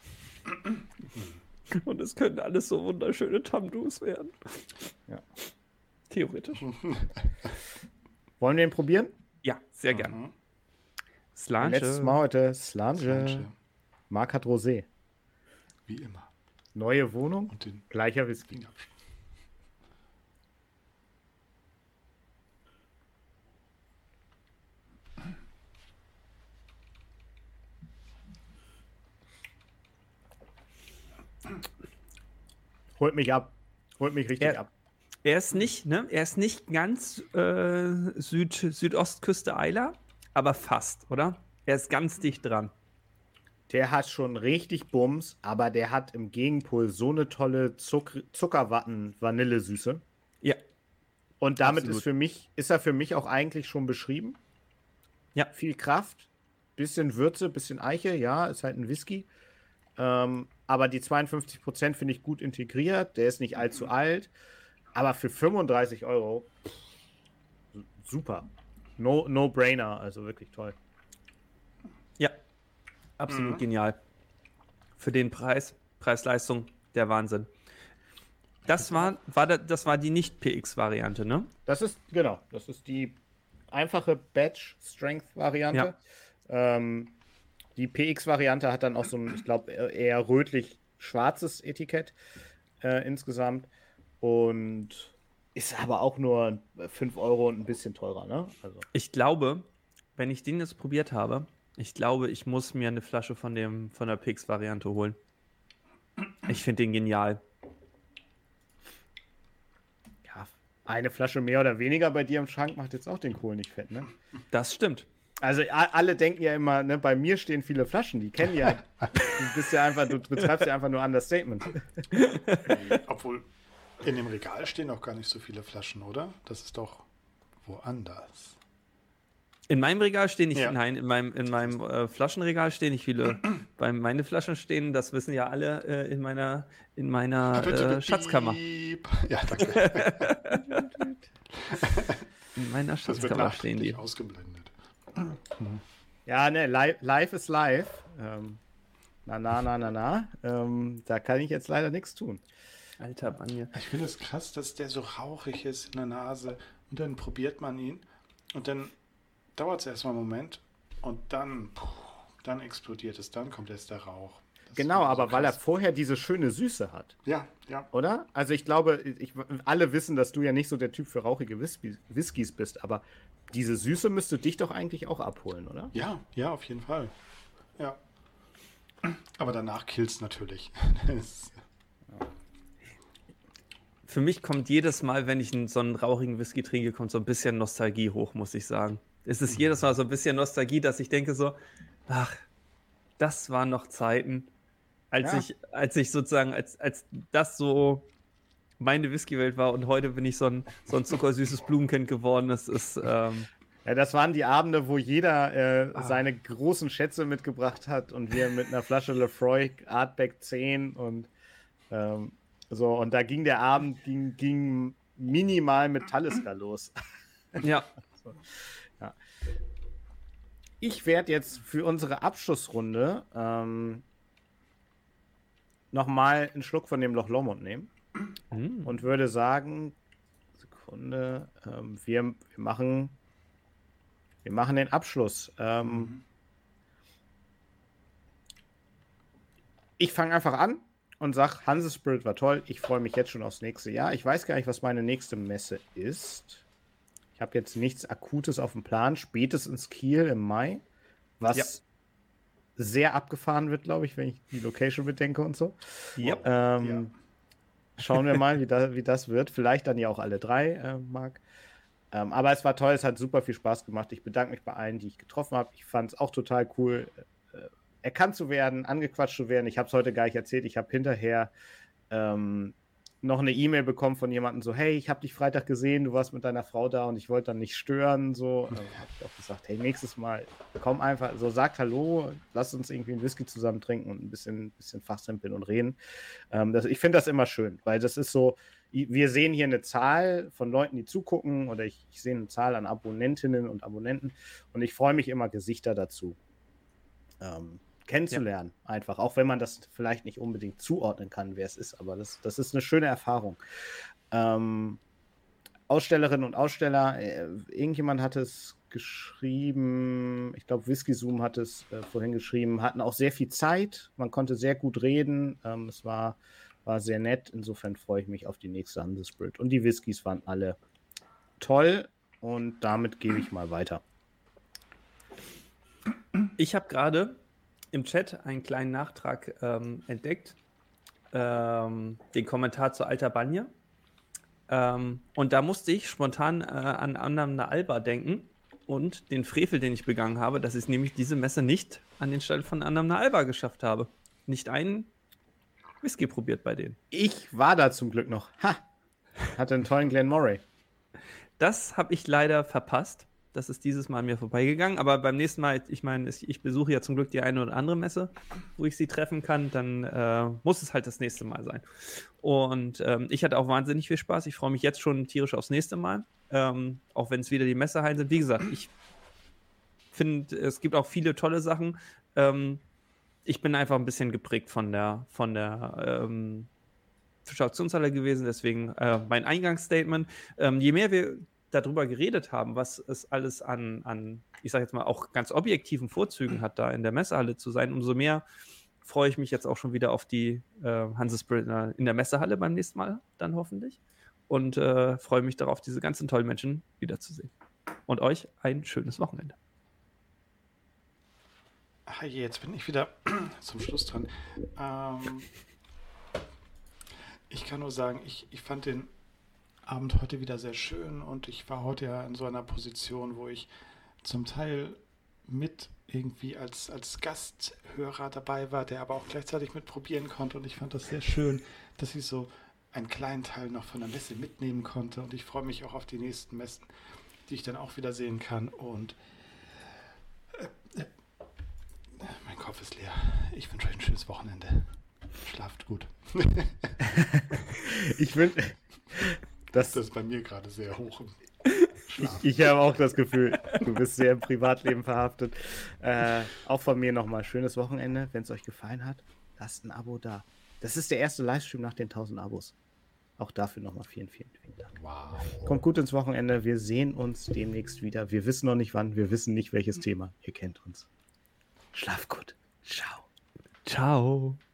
Und es können alles so wunderschöne Tamdus werden. Ja. Theoretisch. wollen wir ihn probieren? Ja, sehr gern. Mhm. Slange. Letztes Mal heute Slange. Slange. Marc hat Rosé. Wie immer. Neue Wohnung, Und den gleicher Whisky. Ringabschluss. Holt mich ab. Holt mich richtig Ja. ab. Er ist nicht, ne? Er ist nicht ganz äh, Süd Südostküste Eiler, aber fast, oder? Er ist ganz dicht dran. Der hat schon richtig Bums, aber der hat im Gegenpol so eine tolle Zuck Zuckerwatten-Vanillesüße. Ja. Und damit Absolut. ist für mich, ist er für mich auch eigentlich schon beschrieben. Ja. Viel Kraft, bisschen Würze, bisschen Eiche, ja, ist halt ein Whisky. Ähm, aber die zweiundfünfzig Prozent finde ich gut integriert. Der ist nicht allzu alt. Aber für fünfunddreißig Euro, pff, super. No, no brainer, also wirklich toll. Ja. Absolut genial. Für den Preis, Preis-Leistung, der Wahnsinn. Das war, war da, das war die Nicht-P X-Variante, ne? Das ist, genau, das ist die einfache Batch-Strength-Variante. Ähm, die P X-Variante hat dann auch so ein, ich glaube, eher rötlich-schwarzes Etikett. äh, insgesamt. Und ist aber auch nur fünf Euro und ein bisschen teurer, ne? Also. Ich glaube, wenn ich den jetzt probiert habe, ich glaube, ich muss mir eine Flasche von, dem, von der Pix-Variante holen. Ich finde den genial. Ja, eine Flasche mehr oder weniger bei dir im Schrank macht jetzt auch den Kohl nicht fett, ne? Das stimmt. Also a- alle denken ja immer, ne, bei mir stehen viele Flaschen, die kennen ja, du bist ja einfach, du betreibst ja einfach nur Understatement. Obwohl in dem Regal stehen auch gar nicht so viele Flaschen, oder? Das ist doch woanders. In meinem Regal stehen nicht, Ja. nein, in meinem, in meinem äh, Flaschenregal stehen nicht viele. Bei meine Flaschen stehen, das wissen ja alle, äh, in meiner, in meiner äh, Schatzkammer. Ja, danke. In meiner Das wird Schatzkammer stehen die. nachträglich ausgeblendet. Ja, ne, live, live ist live. Ähm, na, na, na, na, na. Ähm, da kann ich jetzt leider nichts tun. Alter Banje. Ich finde es krass, dass der so rauchig ist in der Nase und dann probiert man ihn und dann dauert es erstmal einen Moment und dann, puh, dann explodiert es, dann kommt erst der Rauch. Das Genau, ist so aber weil er krass. vorher diese schöne Süße hat, Ja, ja. oder? Also ich glaube, ich, alle wissen, dass du ja nicht so der Typ für rauchige Whisky, Whiskys bist, aber diese Süße müsste dich doch eigentlich auch abholen, oder? Ja, ja, auf jeden Fall. Ja. Aber danach killt's natürlich. Das- Für mich kommt jedes Mal, wenn ich einen, so einen rauchigen Whisky trinke, kommt so ein bisschen Nostalgie hoch, muss ich sagen. Es ist jedes Mal so ein bisschen Nostalgie, dass ich denke so, ach, das waren noch Zeiten, als Ja. ich, als ich sozusagen, als, als das so meine Whiskywelt war und heute bin ich so ein, so ein zuckersüßes Blumenkind geworden. Das ist, ähm, Ja, das waren die Abende, wo jeder äh, Ah. seine großen Schätze mitgebracht hat und wir mit einer Flasche Lefroy Artback zehn und ähm, so, und da ging der Abend ging, ging minimal mit Talisker los. ja, Ich werde jetzt für unsere Abschlussrunde ähm, nochmal einen Schluck von dem Loch Lomond nehmen mm. und würde sagen, Sekunde, ähm, wir, wir machen wir machen den Abschluss. Ähm, Ich fange einfach an und sage, Hanse Spirit war toll. Ich freue mich jetzt schon aufs nächste Jahr. Ich weiß gar nicht, was meine nächste Messe ist. Ich habe jetzt nichts Akutes auf dem Plan. Spätestens Kiel im Mai. Was Ja. sehr abgefahren wird, glaube ich, wenn ich die Location bedenke und so. Ja. Ähm, Schauen wir mal, wie, da, wie das wird. Vielleicht dann ja auch alle drei, äh, Marc. Ähm, aber es war toll, es hat super viel Spaß gemacht. Ich bedanke mich bei allen, die ich getroffen habe. Ich fand es auch total cool, äh, erkannt zu werden, angequatscht zu werden. Ich habe es heute gar nicht erzählt. Ich habe hinterher ähm, noch eine E-Mail bekommen von jemandem, so, hey, ich habe dich Freitag gesehen, du warst mit deiner Frau da und ich wollte dann nicht stören. So, äh, habe ich auch gesagt, hey, nächstes Mal komm einfach, so sagt Hallo, lass uns irgendwie einen Whisky zusammen trinken und ein bisschen, bisschen fachsimpeln und reden. Ähm, das, ich finde das immer schön, weil das ist so, wir sehen hier eine Zahl von Leuten, die zugucken, oder ich, ich sehe eine Zahl an Abonnentinnen und Abonnenten und ich freue mich immer, Gesichter dazu ähm, kennenzulernen. Ja. Einfach, auch wenn man das vielleicht nicht unbedingt zuordnen kann, wer es ist, aber das, das ist eine schöne Erfahrung. Ähm, Ausstellerinnen und Aussteller, äh, irgendjemand hat es geschrieben, ich glaube Whisky Zoom hat es äh, vorhin geschrieben, hatten auch sehr viel Zeit, man konnte sehr gut reden, ähm, es war War sehr nett. Insofern freue ich mich auf die nächste Hanse Spirit. Und die Whiskys waren alle toll. Und damit gebe ich mal weiter. Ich habe gerade im Chat einen kleinen Nachtrag ähm, entdeckt. Ähm, den Kommentar zu Alter Banja. Ähm, und da musste ich spontan äh, an Annamna Alba denken und den Frevel, den ich begangen habe, dass ich nämlich diese Messe nicht an den Stall von Annamna Alba geschafft habe. Nicht einen Whisky probiert bei denen. Ich war da zum Glück noch. Ha! Hatte einen tollen Glenmorangie. Das habe ich leider verpasst. Das ist dieses Mal an mir vorbeigegangen. Aber beim nächsten Mal, ich meine, ich besuche ja zum Glück die eine oder andere Messe, wo ich sie treffen kann. Dann äh, muss es halt das nächste Mal sein. Und ähm, ich hatte auch wahnsinnig viel Spaß. Ich freue mich jetzt schon tierisch aufs nächste Mal. Ähm, auch wenn es wieder die Messehallen sind. Wie gesagt, ich finde, es gibt auch viele tolle Sachen. Ähm, ich bin einfach ein bisschen geprägt von der, von der ähm, Fischer-Auktionshalle gewesen. Deswegen äh, mein Eingangsstatement. Ähm, je mehr wir darüber geredet haben, was es alles an, an ich sage jetzt mal, auch ganz objektiven Vorzügen hat, da in der Messehalle zu sein, umso mehr freue ich mich jetzt auch schon wieder auf die äh, Hansesprit in der Messehalle beim nächsten Mal, dann hoffentlich. Und äh, freue mich darauf, diese ganzen tollen Menschen wiederzusehen. Und euch ein schönes Wochenende. Ach je, jetzt bin ich wieder zum Schluss dran. Ähm, ich kann nur sagen, ich, ich fand den Abend heute wieder sehr schön und ich war heute ja in so einer Position, wo ich zum Teil mit irgendwie als, als Gasthörer dabei war, der aber auch gleichzeitig mitprobieren konnte und ich fand das sehr schön, dass ich so einen kleinen Teil noch von der Messe mitnehmen konnte und ich freue mich auch auf die nächsten Messen, die ich dann auch wieder sehen kann und äh, äh, mein Kopf ist leer. Ich wünsche euch ein schönes Wochenende. Schlaft gut. Ich wünsche... Das, das ist bei mir gerade sehr hoch im Schlaf. Ich, ich habe auch das Gefühl, du bist sehr im Privatleben verhaftet. Äh, auch von mir nochmal schönes Wochenende. Wenn es euch gefallen hat, lasst ein Abo da. Das ist der erste Livestream nach den tausend Abos. Auch dafür nochmal vielen, vielen, vielen Dank. Wow. Kommt gut ins Wochenende. Wir sehen uns demnächst wieder. Wir wissen noch nicht wann. Wir wissen nicht welches Thema. Ihr kennt uns. Schlaf gut. Ciao. Ciao.